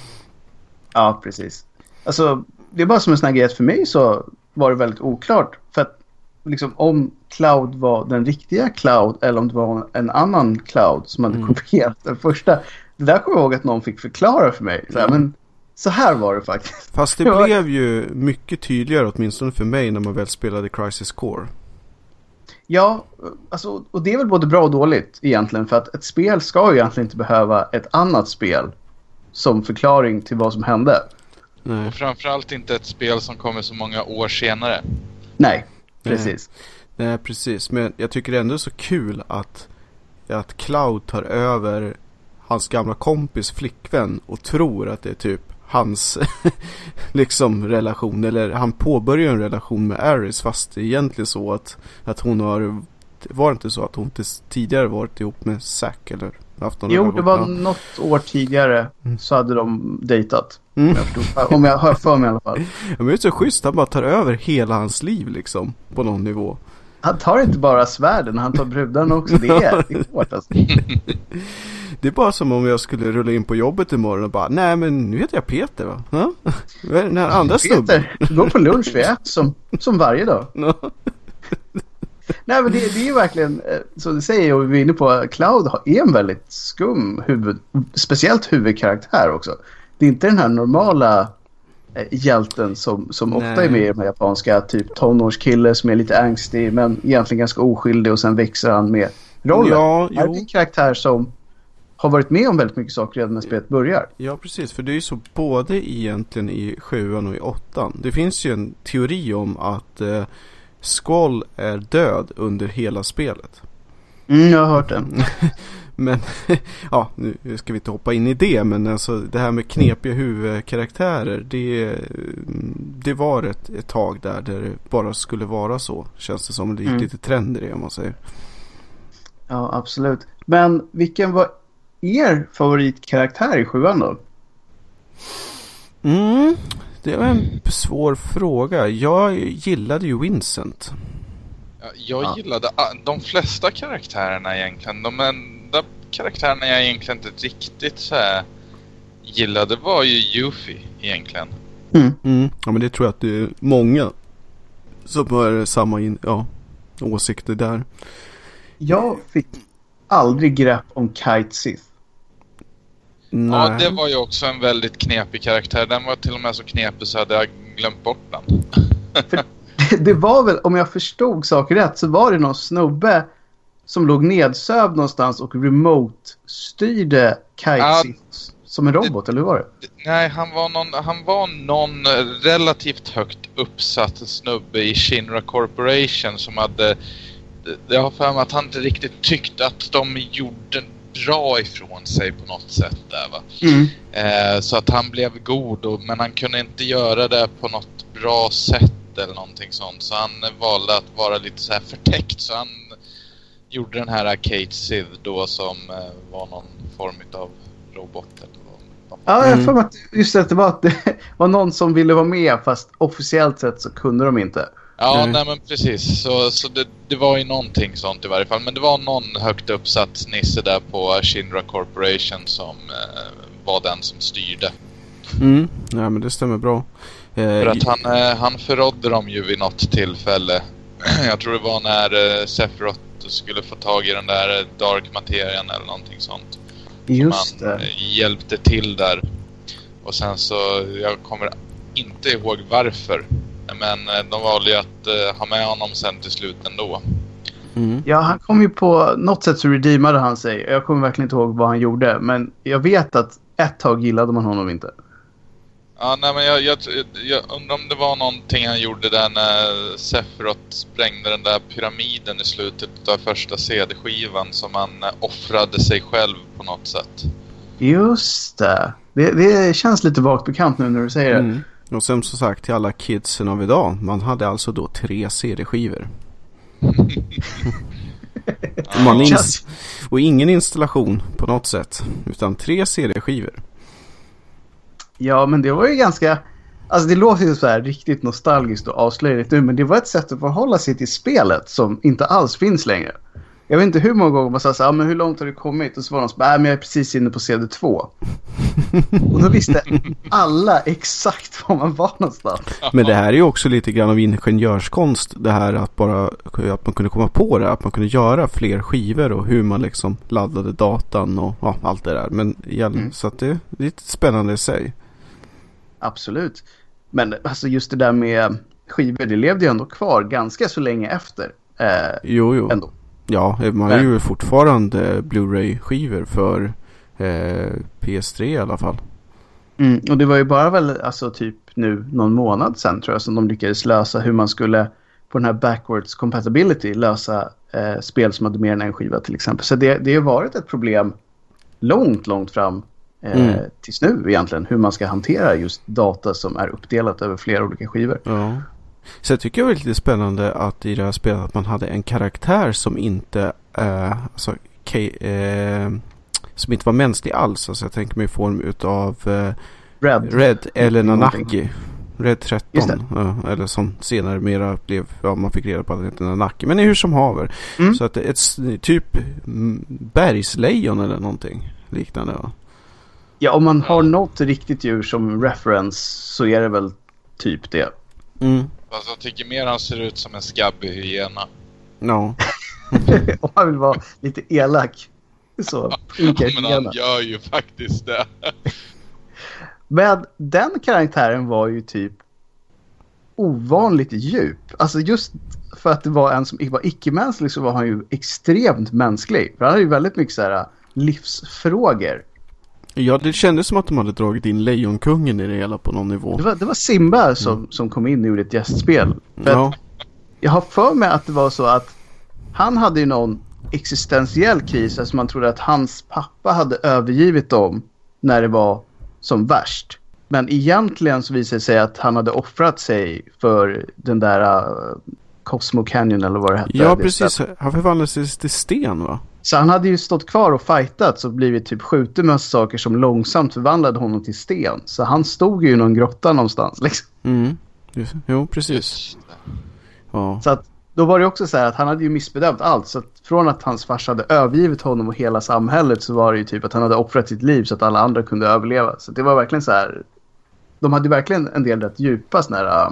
Ja, precis. Alltså, det är bara som en sån här grej att för mig så var det väldigt oklart. För att liksom, om Cloud var den riktiga Cloud eller om det var en annan Cloud som hade mm. kopierat den första. Det där kommer jag ihåg att någon fick förklara för mig. Så här, mm. men så här var det faktiskt. Fast det blev ju mycket tydligare, åtminstone för mig, när man väl spelade Crisis Core. Ja, alltså, och det är väl både bra och dåligt egentligen. För att ett spel ska ju egentligen inte behöva ett annat spel som förklaring till vad som hände. Nej. Och framförallt inte ett spel som kommer så många år senare. Nej, precis. Nej, Nej precis. Men jag tycker det är ändå så kul att, att Cloud tar över hans gamla kompis flickvän och tror att det är typ hans liksom relation, eller han påbörjar en relation med Aris, fast det är egentligen så att, att hon har, var det inte så att hon tidigare varit ihop med Zack eller haft någon Jo, relation? det var något år tidigare mm. så hade de dejtat. Mm. Om jag hör för mig i alla fall. Ja, men det är så schysst, han bara tar över hela hans liv liksom, på någon nivå. Han tar inte bara svärden, han tar brudarna också. Det är, det är svårt alltså. Det är bara som om jag skulle rulla in på jobbet imorgon och bara, nej men nu heter jag Peter va? Ja? Den här andra snubben. Peter, gå på lunch vi äter som, som varje dag. No. Nej men det, det är ju verkligen, så det säger jag, vi är inne på, Cloud är en väldigt skum huvud, speciellt huvudkaraktär också. Det är inte den här normala eh, hjälten som, som ofta är med i de här japanska, typ tonårskille som är lite angstig men egentligen ganska oskyldig och sen växer han med rollen. Ja, det är en karaktär som har varit med om väldigt mycket saker redan när spelet börjar. Ja, precis. För det är ju så både egentligen i sjuan och i åttan. Det finns ju en teori om att eh, Skull är död under hela spelet. Mm, jag har hört den. Men, ja, nu ska vi inte hoppa in i det, men alltså det här med knepiga huvudkaraktärer, det, det var ett, ett tag där, där det bara skulle vara så. Känns det som det gick mm. lite trender i, om man säger. Ja, absolut. Men vilken var er favoritkaraktär i sjuan då? Mm, det var en svår fråga. Jag gillade ju Vincent. Jag ja. gillade de flesta karaktärerna egentligen. De enda karaktärerna jag egentligen inte riktigt så här gillade var ju Yuffie egentligen. Mm. Mm. Ja, men det tror jag att det är många som har samma in, ja, åsikter där. Jag fick aldrig grepp om Kite Sith. Nej. Ja, det var ju också en väldigt knepig karaktär. Den var till och med så knepig så hade jag glömt bort den. För det var väl, om jag förstod saker rätt, så var det någon snubbe som låg nedsövd någonstans och remote-styrde Kite ja, Sith som en robot, det, eller hur var det? Nej, han var någon, han var någon relativt högt uppsatt snubbe i Shinra Corporation som hade, jag har för mig att han inte riktigt tyckte att de gjorde bra ifrån sig på något sätt där, va? Mm. Eh, så att han blev god, och, men han kunde inte göra det på något bra sätt eller någonting sånt, så han valde att vara lite så här förtäckt, så han gjorde den här Kate Sith då som eh, var någon form av robot eller vad. Ja, jag får mm. att just att det var att det var någon som ville vara med, fast officiellt sett så kunde de inte. Ja, mm. nej men precis. Så, så det, det var ju någonting sånt i varje fall. Men det var någon högt uppsatt nisse där på Shinra Corporation som eh, var den som styrde. Mm, ja men det stämmer bra. Eh, För att han, eh, han förrådde dem ju vid något tillfälle. Jag tror det var när eh, Sephiroth skulle få tag i den där dark materien eller någonting sånt. Just som han det. Eh, hjälpte till där. Och sen så, jag kommer inte ihåg varför. Men de valde ju att uh, ha med honom sen till slut ändå. Mm. Ja, han kom ju på något sätt så redeemade han sig. Jag kommer verkligen inte ihåg vad han gjorde. Men jag vet att ett tag gillade man honom inte. Ja, nej men jag, jag, jag undrar om det var någonting han gjorde där när Sephiroth sprängde den där pyramiden i slutet av första C D-skivan, som han uh, offrade sig själv på något sätt. Just det. Det, det känns lite vagt bekant nu när du säger mm. det. Och sen så sagt till alla kidsen av idag, man hade alltså då tre C D-skivor. och, man ins- och ingen installation på något sätt, utan tre C D-skivor. Ja, men det var ju ganska Alltså det låter ju så här riktigt nostalgiskt och avslöjligt nu, men det var ett sätt att förhålla sig till spelet som inte alls finns längre. Jag vet inte hur många gånger man sa så här, ah, men hur långt har du kommit? Och så var de så här, ah, men jag är precis inne på C D två. Och då visste alla exakt var man var någonstans. Men det här är ju också lite grann av ingenjörskonst, det här att bara att man kunde komma på det, att man kunde göra fler skivor och hur man liksom laddade datan och ja, allt det där. Men mm. så att det är lite spännande i sig. Absolut. Men alltså just det där med skivor, det levde ju ändå kvar ganska så länge efter. Eh, jo, jo. Ändå. Ja, man är ju fortfarande Blu-ray-skivor för eh, P S tre i alla fall. Mm, och det var ju bara väl alltså typ nu någon månad sedan tror jag som de lyckades lösa hur man skulle på den här backwards compatibility lösa eh, spel som hade mer än en skiva till exempel. Så det, det har varit ett problem långt, långt fram eh, mm. tills nu egentligen. Hur man ska hantera just data som är uppdelat över flera olika skivor. Ja. Så jag tycker det var lite spännande att i det här spelet att man hade en karaktär som inte eh, alltså, ke- eh, som inte var mänsklig alls. Alltså jag tänker mig i form utav eh, Red. Red eller Nanaki. Red tretton. Eh, eller som senare mera blev, ja man fick reda på att det inte Nanaki. Men det är hur som haver. Mm. Så att det är ett typ bergslejon eller någonting liknande. Ja, ja om man har något riktigt djur som reference så är det väl typ det. Mm. Alltså, jag tycker mer han ser ut som en skabbig hyena. Ja. Om man vill vara lite elak. Så, ja, men han gör ju faktiskt det. Men den karaktären var ju typ ovanligt djup. Alltså just för att det var en som var icke-mänsklig så var han ju extremt mänsklig. För han hade ju väldigt mycket så här livsfrågor. Ja, det kändes som att de hade dragit in Lejonkungen i det hela på någon nivå. Det var, det var Simba som, mm. som kom in och gjorde ett gästspel. För ja. Jag har för mig att det var så att han hade ju någon existentiell kris. Alltså man trodde att hans pappa hade övergivit dem när det var som värst. Men egentligen så visade det sig att han hade offrat sig för den där uh, Cosmo Canyon eller vad det hette. Ja, precis. Han förvandlades till sten, va? Så han hade ju stått kvar och fightat och blivit typ skjutit med saker som långsamt förvandlade honom till sten. Så han stod ju i någon grotta någonstans liksom. Mm. Jo, precis. Ja. Så att då var det också så här att han hade ju missbedömt allt. Så att från att hans farsa hade övergivit honom och hela samhället så var det ju typ att han hade offrat sitt liv så att alla andra kunde överleva. Så det var verkligen så här. De hade verkligen en del rätt djupa såna här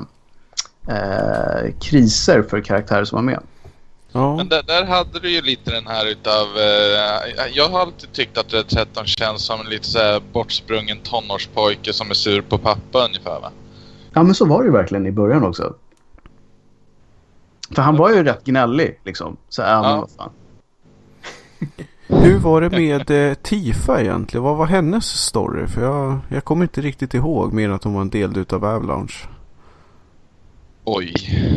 äh, kriser för karaktärer som var med. Ja. Men där, där hade du ju lite den här utav eh, jag har alltid tyckt att Red tretton känns som en lite så här bortsprungen tonårspojke som är sur på pappa ungefär, va? Ja, men så var det ju verkligen i början också. För han var ju rätt gnällig liksom. Så här, ja. Vad fan. Hur var det med eh, Tifa egentligen? Vad var hennes story? För jag, jag kommer inte riktigt ihåg mer än att hon var en del utav Avalanche. Oj.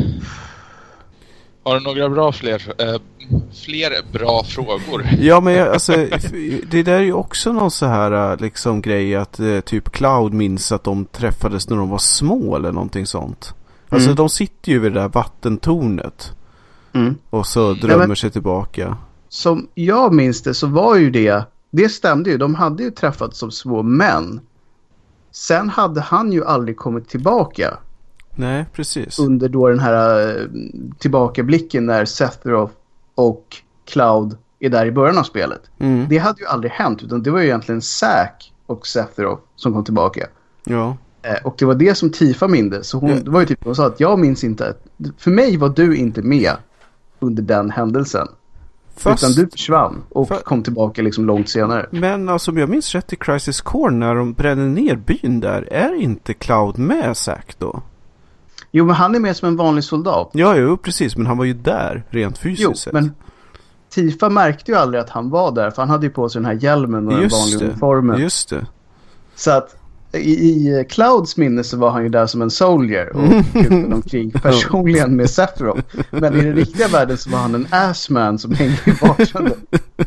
Har du några bra fler, äh, fler bra frågor? Ja, men jag, alltså, det där är ju också någon så här liksom grej att eh, typ Cloud minns att de träffades när de var små eller någonting sånt. Alltså mm. de sitter ju vid det där vattentornet mm. och så drömmer Nej, men, sig tillbaka. Som jag minns det så var ju det, det stämde ju, de hade ju träffats som små män. Sen hade han ju aldrig kommit tillbaka. Nej, precis. Under då den här uh, tillbakablicken när Sephiroth och Cloud är där i början av spelet. Mm. Det hade ju aldrig hänt utan det var ju egentligen Zack och Sephiroth som kom tillbaka. Ja. Uh, och det var det som Tifa mindes. Så hon, ja. Det var ju typ hon sa att jag minns inte. För mig var du inte med under den händelsen. Fast, utan du försvann och för, kom tillbaka liksom långt senare. Men alltså om jag minns rätt i Crisis Core när de bränner ner byn där, är inte Cloud med Zack då? Jo, men han är med som en vanlig soldat. Ja, jo, precis. Men han var ju där, rent fysiskt jo, sett. Men Tifa märkte ju aldrig att han var där. För han hade ju på sig den här hjälmen och just den vanliga det, uniformen. Just det. Så att i, i Clouds minne så var han ju där som en soldier. Och kunde omkring personligen med Sephiroth. Men i den riktiga världen så var han en assman som hängde i bakgrunden.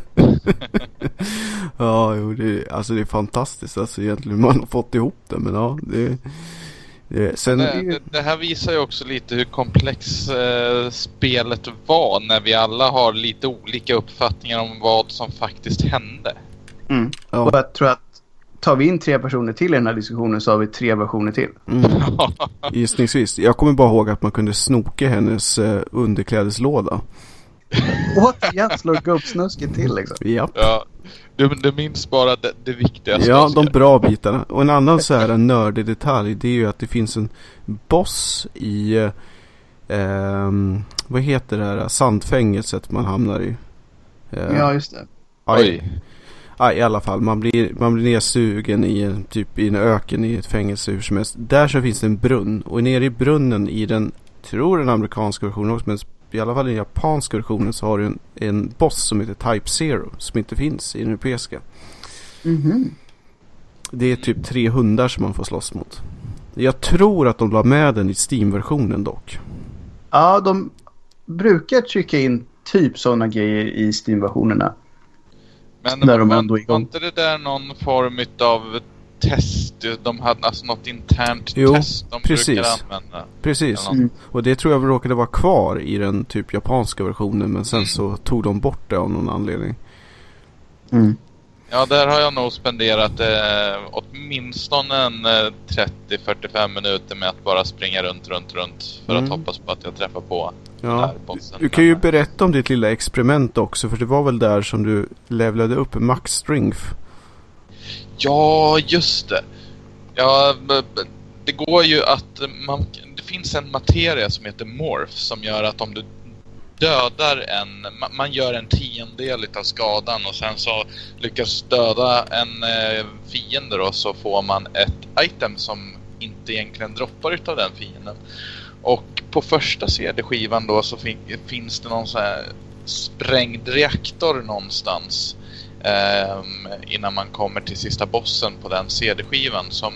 Ja, jo, det, alltså det är fantastiskt. Alltså egentligen man har fått ihop det. Men ja, det Det, sen... det, det, det här visar ju också lite hur komplex eh, spelet var när vi alla har lite olika uppfattningar om vad som faktiskt hände. Mm. Ja. Och jag tror att tar vi in tre personer till i den här diskussionen så har vi tre versioner till. Mm. Gissningsvis. Jag kommer bara ihåg att man kunde snoka hennes uh, underklädeslåda. Återigen slår gubbsnusket till liksom. Japp. Ja. Du, du minns bara det, det viktigaste. Ja, de bra bitarna. Och en annan så här en nördig detalj, det är ju att det finns en boss i eh, vad heter det här sandfängelset man hamnar i. Eh, ja, just det. Oj. Ja, i alla fall, man blir, man blir nedsugen i en, typ i en öken i ett fängelse hur som helst. Där så finns det en brunn. Och nere i brunnen i den, tror den amerikanska versionen också, men i alla fall i den japanska versionen så har du en, en boss som heter Type Zero som inte finns i den europeiska. Mm-hmm. Det är typ tre hundar som man får slåss mot. Jag tror att de la med den i Steam-versionen dock. Ja, de brukar trycka in typ sådana grejer i Steam-versionerna. Men när de ändå var inte det där någon form av test? De hade alltså något internt jo, test de precis. brukar använda. Precis. Mm. Och det tror jag råkade vara kvar i den typ japanska versionen. Men sen mm. så tog de bort det av någon anledning. Mm. Ja, där har jag nog spenderat eh, åtminstone en eh, trettio till fyrtiofem minuter med att bara springa runt, runt, runt för mm. att hoppas på att jag träffar på ja. den här bossen. Du kan ju berätta om ditt lilla experiment också, för det var väl där som du levlade upp max strength. Ja, just det. Ja, det går ju att man, det finns en materia som heter morph som gör att om du dödar en, man gör en tiondel av skadan och sen så lyckas döda en eh, fiende då, så får man ett item som inte egentligen droppar utav den fienden. Och på första C D-skivan då så fin- finns det någon så här sprängd reaktor någonstans eh, innan man kommer till sista bossen på den C D-skivan som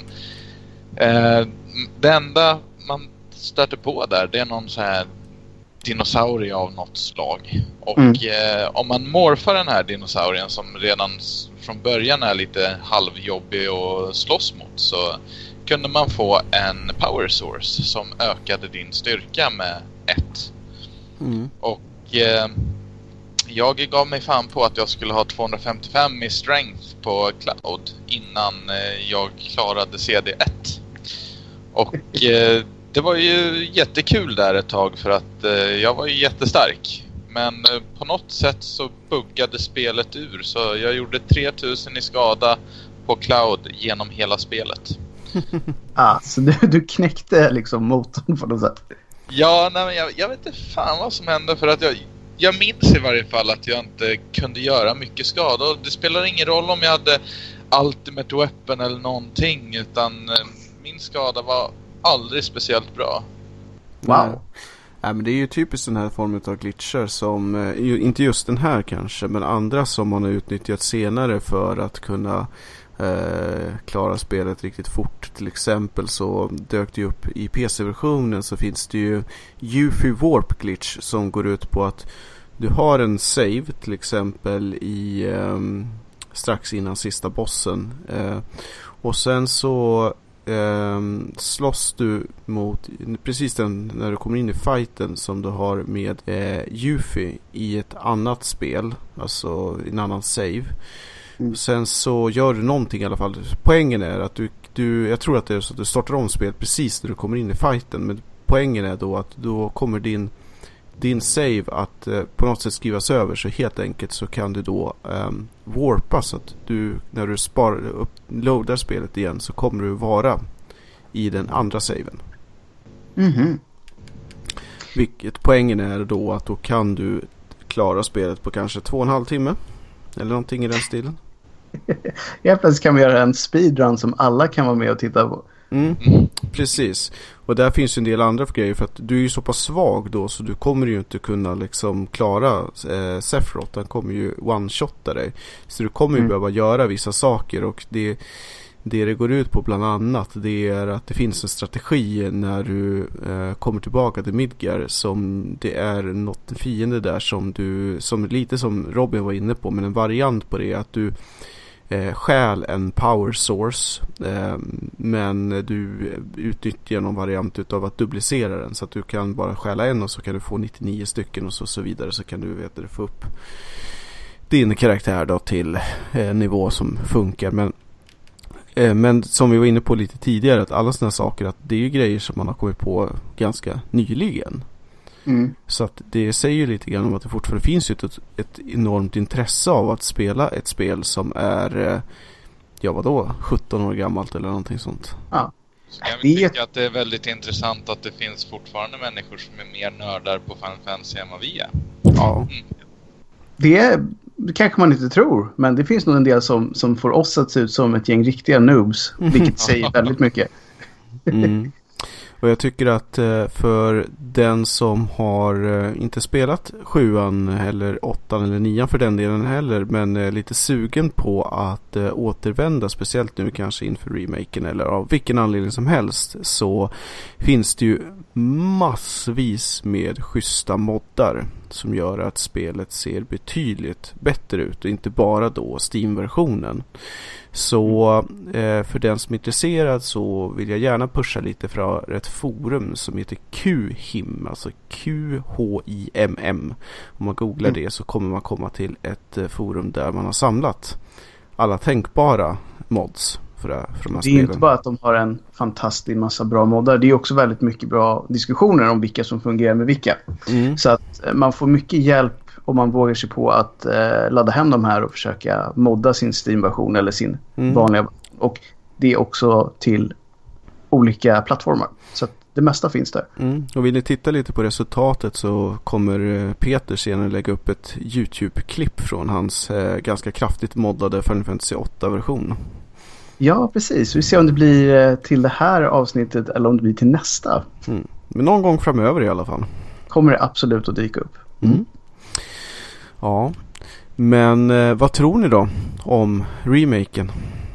eh, det enda man stöter på där, det är någon så här dinosaurie av något slag. Och mm. eh, om man morfar den här dinosaurien som redan från början är lite halvjobbig att slåss mot, så kunde man få en power source som ökade din styrka med ett. Mm. Och eh, jag gav mig fan på att jag skulle ha tvåhundrafemtiofem i strength på Cloud innan eh, jag klarade C D ett. Och eh, det var ju jättekul där ett tag för att eh, jag var ju jättestark. Men eh, på något sätt så buggade spelet ur, så jag gjorde tre tusen i skada på Cloud genom hela spelet. Ah, så du, du knäckte liksom motorn på något sätt? Ja, nej, men jag, jag vet inte fan vad som hände, för att jag, jag minns i varje fall att jag inte kunde göra mycket skada. Och det spelar ingen roll om jag hade ultimate weapon eller någonting, utan eh, min skada var aldrig speciellt bra. Wow. Ja, men det är ju typiskt den här formen av glitcher som, eh, inte just den här kanske, men andra som man har utnyttjat senare för att kunna eh, klara spelet riktigt fort. Till exempel så dök det upp i P C-versionen, så finns det ju U F O Warp glitch som går ut på att du har en save till exempel i eh, strax innan sista bossen eh, och sen så Um, slåss du mot precis den, när du kommer in i fighten som du har med eh, Yuffie i ett annat spel, alltså en annan save. Mm. Sen så gör du någonting i alla fall. Poängen är att du, du jag tror att det är så att du startar om spelet precis när du kommer in i fighten, men poängen är då att då kommer din din save att eh, på något sätt skrivas över, så helt enkelt så kan du då um, warpa, så att du när du sparar upp, loadar spelet igen, så kommer du vara i den andra saven. Mhm. Vilket poängen är då att då kan du klara spelet på kanske två och en halv timme eller någonting i den stilen. Ja, plötsligt kan vi göra en speedrun som alla kan vara med och titta på. Mm, precis. Och där finns ju en del andra grejer, för att du är ju så pass svag då, så du kommer ju inte kunna liksom klara eh, Sephiroth. Han kommer ju one-shotta dig. Så du kommer ju mm. behöva göra vissa saker, och det, det det går ut på bland annat, det är att det finns en strategi när du eh, kommer tillbaka till Midgar, som det är något fiende där som du, som lite som Robin var inne på, men en variant på det är att du Eh, stjäl en power source eh, men du utnyttjar någon variant utav att duplicera den, så att du kan bara stjäla en och så kan du få nittionio stycken och så, så vidare, så kan du vet du, få upp din karaktär då till eh, nivå som funkar. Men Men som vi var inne på lite tidigare, att alla sådana saker, att det är ju grejer som man har kommit på ganska nyligen. Mm. Så att det säger ju lite grann om att det fortfarande finns ett, ett enormt intresse av att spela ett spel som är, ja vadå, sjutton år gammalt eller någonting sånt. Ja. Så jag vill tycka att det är väldigt intressant att det finns fortfarande människor som är mer nördar på Final Fantasy än vad vi är. Ja. Mm. Det är, det kanske man inte tror, men det finns nog en del som, som får oss att se ut som ett gäng riktiga noobs, vilket säger väldigt mycket. Mm. Och jag tycker att för den som har inte spelat sjuan eller åttan eller nian för den delen heller, men är lite sugen på att återvända, speciellt nu kanske inför remaken eller av vilken anledning som helst, så finns det ju massvis med schyssta moddar som gör att spelet ser betydligt bättre ut, och inte bara då Steam-versionen. Så eh, för den som är intresserad så vill jag gärna pusha lite för ett forum som heter Q H I M, alltså Q H I M M. Om man googlar mm. det så kommer man komma till ett eh, forum där man har samlat alla tänkbara mods för, det, för de här Det är spelen. inte bara att de har en fantastisk massa bra moddar, det är också väldigt mycket bra diskussioner om vilka som fungerar med vilka. Mm. Så att eh, man får mycket hjälp om man vågar sig på att eh, ladda hem de här och försöka modda sin Steam-version eller sin mm. vanliga. Och det är också till olika plattformar. Så att det mesta finns där. Mm. Och vill ni titta lite på resultatet så kommer Peter senare lägga upp ett YouTube-klipp från hans eh, ganska kraftigt moddade Final Fantasy åtta-version. Ja, precis. Vi ser om det blir eh, till det här avsnittet eller om det blir till nästa. Mm. Men någon gång framöver i alla fall. Kommer det absolut att dyka upp. Mm. Mm. Ja, men eh, vad tror ni då om remaken?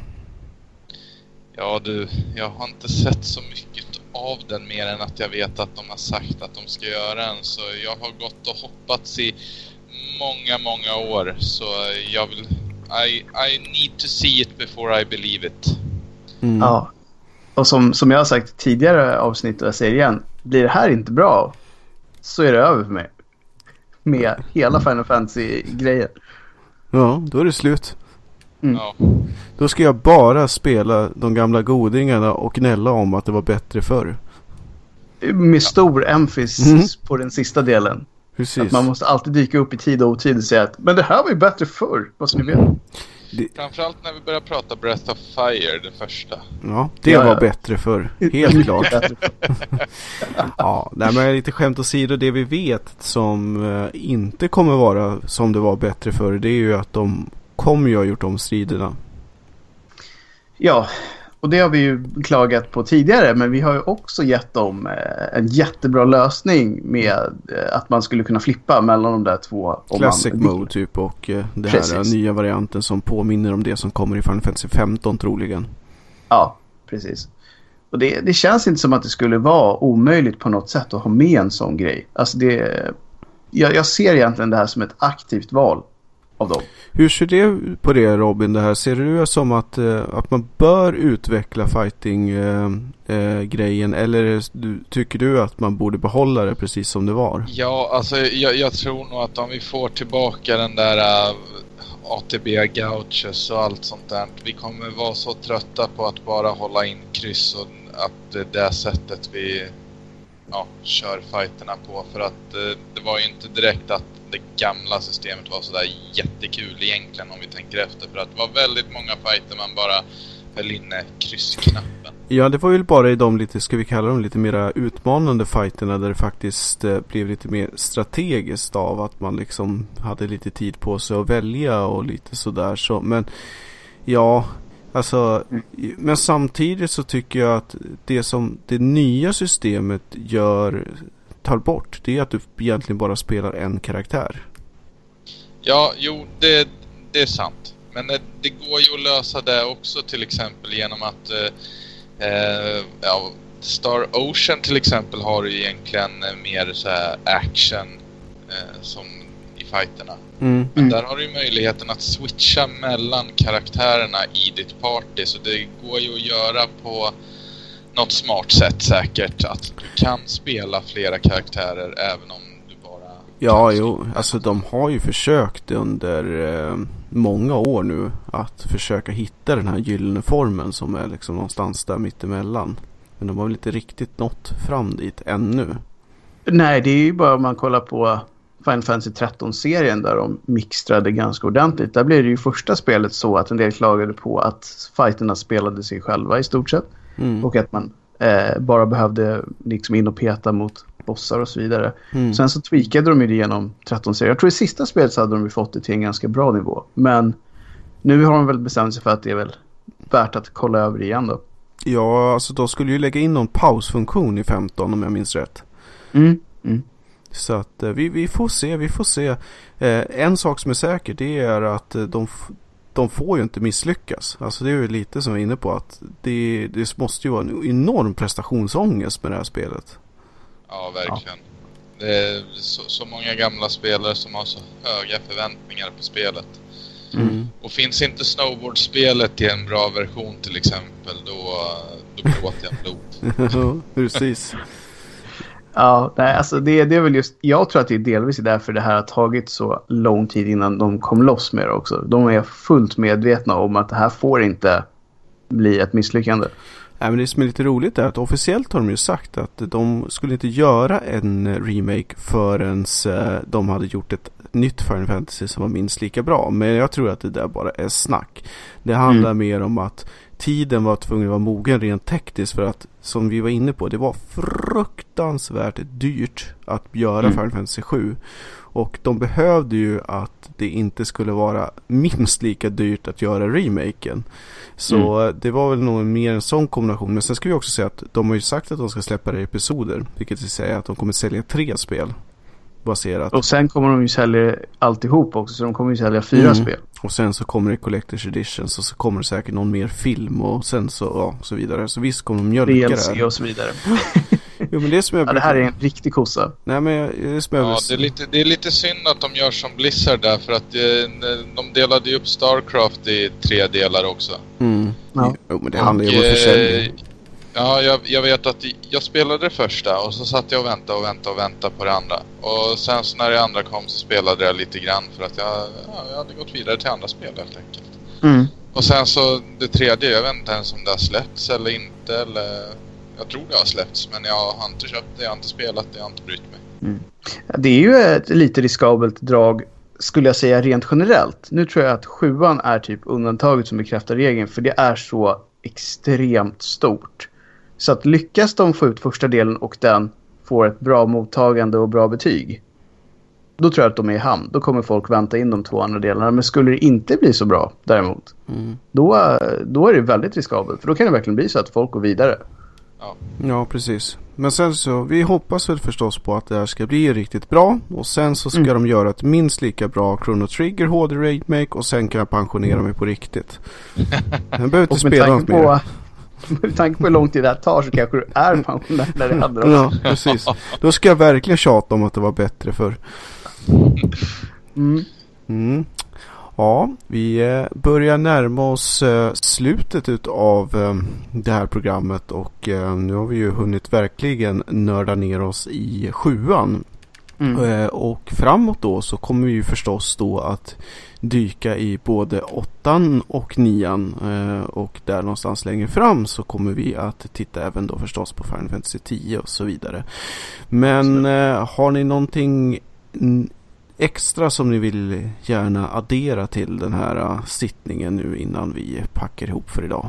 Ja du, jag har inte sett så mycket av den mer än att jag vet att de har sagt att de ska göra den. Så jag har gått och hoppats i många, många år. Så jag vill... I, I need to see it before I believe it. Mm. Ja, och som, som jag har sagt tidigare avsnitt och jag säger igen, blir det här inte bra så är det över för mig. Med hela Final Fantasy-grejen. Ja, då är det slut. Mm. Ja. Då ska jag bara spela de gamla godingarna och gnälla om att det var bättre förr. Med stor emphasis mm. på den sista delen. Precis. Att man måste alltid dyka upp i tid och otid och säga att men det här var ju bättre förr, vad som ni vet. Det... Framförallt när vi börjar prata Breath of Fire, det första. Ja, det ja, var ja. bättre förr. Helt klart. Ja, nej, men lite skämt åsido, det vi vet som eh, inte kommer vara som det var bättre förr, det är ju att de kommer ju ha gjort om striderna. Ja, och det har vi ju klagat på tidigare, men vi har ju också gett dem eh, en jättebra lösning med eh, att man skulle kunna flippa mellan de där två. Classic man... mode typ, och eh, det här precis. Nya varianten som påminner om det som kommer i Final Fantasy femton troligen. Ja, precis. Och det, det känns inte som att det skulle vara omöjligt på något sätt att ha med en sån grej. Alltså det, jag, jag ser egentligen det här som ett aktivt val av dem. Hur ser du på det, Robin? Det här? Ser du det som att, eh, att man bör utveckla fighting-grejen eh, eh, eller du, tycker du att man borde behålla det precis som det var? Ja, alltså jag, jag tror nog att om vi får tillbaka den där uh, A T B-gouches och allt sånt där, vi kommer vara så trötta på att bara hålla in kryss och att det är det sättet vi ja, kör fighterna på. För att uh, det var ju inte direkt att det gamla systemet var sådär jättekul egentligen om vi tänker efter. För att det var väldigt många fighter man bara höll inne kryssknappen. Ja, det var ju bara i de lite, ska vi kalla dem lite mer utmanande fighterna där det faktiskt eh, blev lite mer strategiskt av att man liksom hade lite tid på sig att välja och lite sådär. Så, men ja, alltså, mm. men samtidigt så tycker jag att det som det nya systemet gör tar bort, det är att du egentligen bara spelar en karaktär. Ja, jo, det, det är sant. Men det, det går ju att lösa det också till exempel genom att eh, ja, Star Ocean till exempel har ju egentligen mer så här action eh, som i fighterna. Mm. Men där har du ju möjligheten att switcha mellan karaktärerna i ditt party, så det går ju att göra på något smart sätt säkert, att du kan spela flera karaktärer även om du bara Ja, jo, alltså de har ju försökt under eh, många år nu att försöka hitta den här gyllene formen som är liksom någonstans där mittemellan. Men de har väl inte riktigt nått fram dit ännu. Nej, det är ju bara om man kollar på Final Fantasy tretton-serien där de mixtrade ganska ordentligt. Där blev det ju första spelet så att en del klagade på att fighterna spelade sig själva i stort sett. Mm. Och att man eh, bara behövde liksom in och peta mot bossar och så vidare. Mm. Sen så tweakade de ju det genom tretton-serien. Jag tror i sista spelet så hade de ju fått det till en ganska bra nivå. Men nu har de väl bestämt sig för att det är väl värt att kolla över det igen då. Ja, alltså de skulle ju lägga in någon pausfunktion i femton om jag minns rätt. Mm, mm. Så att eh, vi, vi får se, vi får se. Eh, en sak som är säker, det är att eh, de, de får ju inte misslyckas. Alltså det är ju lite som jag är inne på att det, det måste ju vara en enorm prestationsångest med det här spelet. Ja, verkligen. Ja. Det är så, så många gamla spelare som har så höga förväntningar på spelet. Mm. Och finns inte snowboardspelet i en bra version till exempel, då, då gråter jag blod. Precis. Ja, nej, alltså det, det är väl just, jag tror att det är delvis därför det här har tagit så lång tid innan de kom loss med det också. De är fullt medvetna om att det här får inte bli ett misslyckande. Nej, men det som är lite roligt är att officiellt har de ju sagt att de skulle inte göra en remake förrän de hade gjort ett nytt Final Fantasy som var minst lika bra. Men jag tror att det där bara är snack. Det handlar mm. mer om att tiden var tvungen att vara mogen rent tekniskt för att, som vi var inne på, det var fruktansvärt dyrt att göra mm. Final Fantasy sju. Och de behövde ju att det inte skulle vara minst lika dyrt att göra remaken. Så mm. det var väl nog mer en sån kombination. Men sen ska vi också säga att de har ju sagt att de ska släppa det i episoder. Vilket vill säga att de kommer sälja tre spel baserat. Och sen kommer de ju sälja alltihop också. Så de kommer ju sälja fyra mm. spel. Och sen så kommer det Collector's Editions. Och så kommer det säkert någon mer film. Och sen så, ja, så vidare. Så visst kommer de mjölka det. D L C och så vidare. Jo, men det, som jag ja, det här är en riktig kossa. Nej, men det, som jag ja, det, är lite, det är lite synd att de gör som Blizzard där. För att de, de delade ju upp StarCraft i tre delar också. Mm. Ja. Jo, men det handlar ju om försäljning. Ja, jag, jag vet att jag spelade det första och så satt jag och väntade och väntade och väntade på det andra. Och sen så när det andra kom så spelade jag lite grann för att jag, ja, jag hade gått vidare till andra spel helt enkelt. Mm. Och sen så det tredje, jag vet inte ens om det har släppts eller inte, eller jag tror det har släppts, men jag har inte köpt det, jag har inte spelat det, jag har inte brytt mig. Mm. Det är ju ett lite riskabelt drag, skulle jag säga rent generellt. Nu tror jag att sjuan är typ undantaget som bekräftar regeln, för det är så extremt stort. Så att lyckas de få ut första delen och den får ett bra mottagande och bra betyg, då tror jag att de är i hamn. Då kommer folk vänta in de två andra delarna. Men skulle det inte bli så bra däremot, mm. då, då är det väldigt riskabelt. För då kan det verkligen bli så att folk går vidare. Ja, ja precis. Men sen så, vi hoppas väl förstås på att det här ska bli riktigt bra. Och sen så ska mm. de göra ett minst lika bra Chrono Trigger H D remake. Och sen kan jag pensionera mig på riktigt. Jag behöver inte spela något mer. På... Med tanke på hur lång tid det här tar så kanske du är pensionär när det handlar om. Ja, precis. Då ska jag verkligen tjata om att det var bättre för. Mm. Mm. Ja, vi börjar närma oss slutet utav det här programmet och nu har vi ju hunnit verkligen nörda ner oss i sjuan. Mm. Och framåt då så kommer vi ju förstås då att dyka i både åttan och nian, och där någonstans längre fram så kommer vi att titta även då förstås på Final Fantasy tio och så vidare. Men eh, har ni någonting extra som ni vill gärna addera till den här sittningen nu innan vi packar ihop för idag?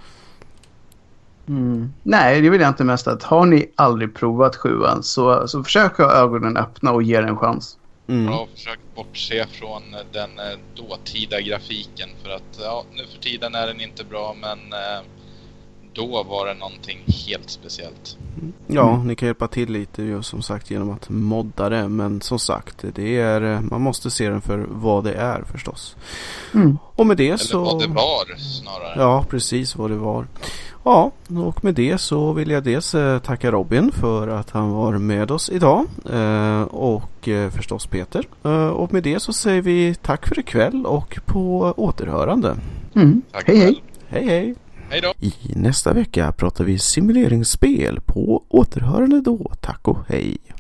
Mm. Nej, det vill jag inte mest att har ni aldrig provat sjuan så, så försök ha ögonen öppna och ge den en chans. Mm. Ja, försök bortse från den dåtida grafiken för att ja, nu för tiden är den inte bra, men eh, då var det någonting helt speciellt. Ja, mm. ni kan hjälpa till lite ju, som sagt genom att modda det, men som sagt det är, man måste se den för vad det är förstås. Mm. Och med det Eller så... vad det var snarare. Ja, precis vad det var. Ja, och med det så vill jag dels tacka Robin för att han var med oss idag och förstås Peter. Och med det så säger vi tack för ikväll och på återhörande. Mm. Tack hej hej. Hej hej. Hej då. I nästa vecka pratar vi simuleringsspel på återhörande då. Tack och hej.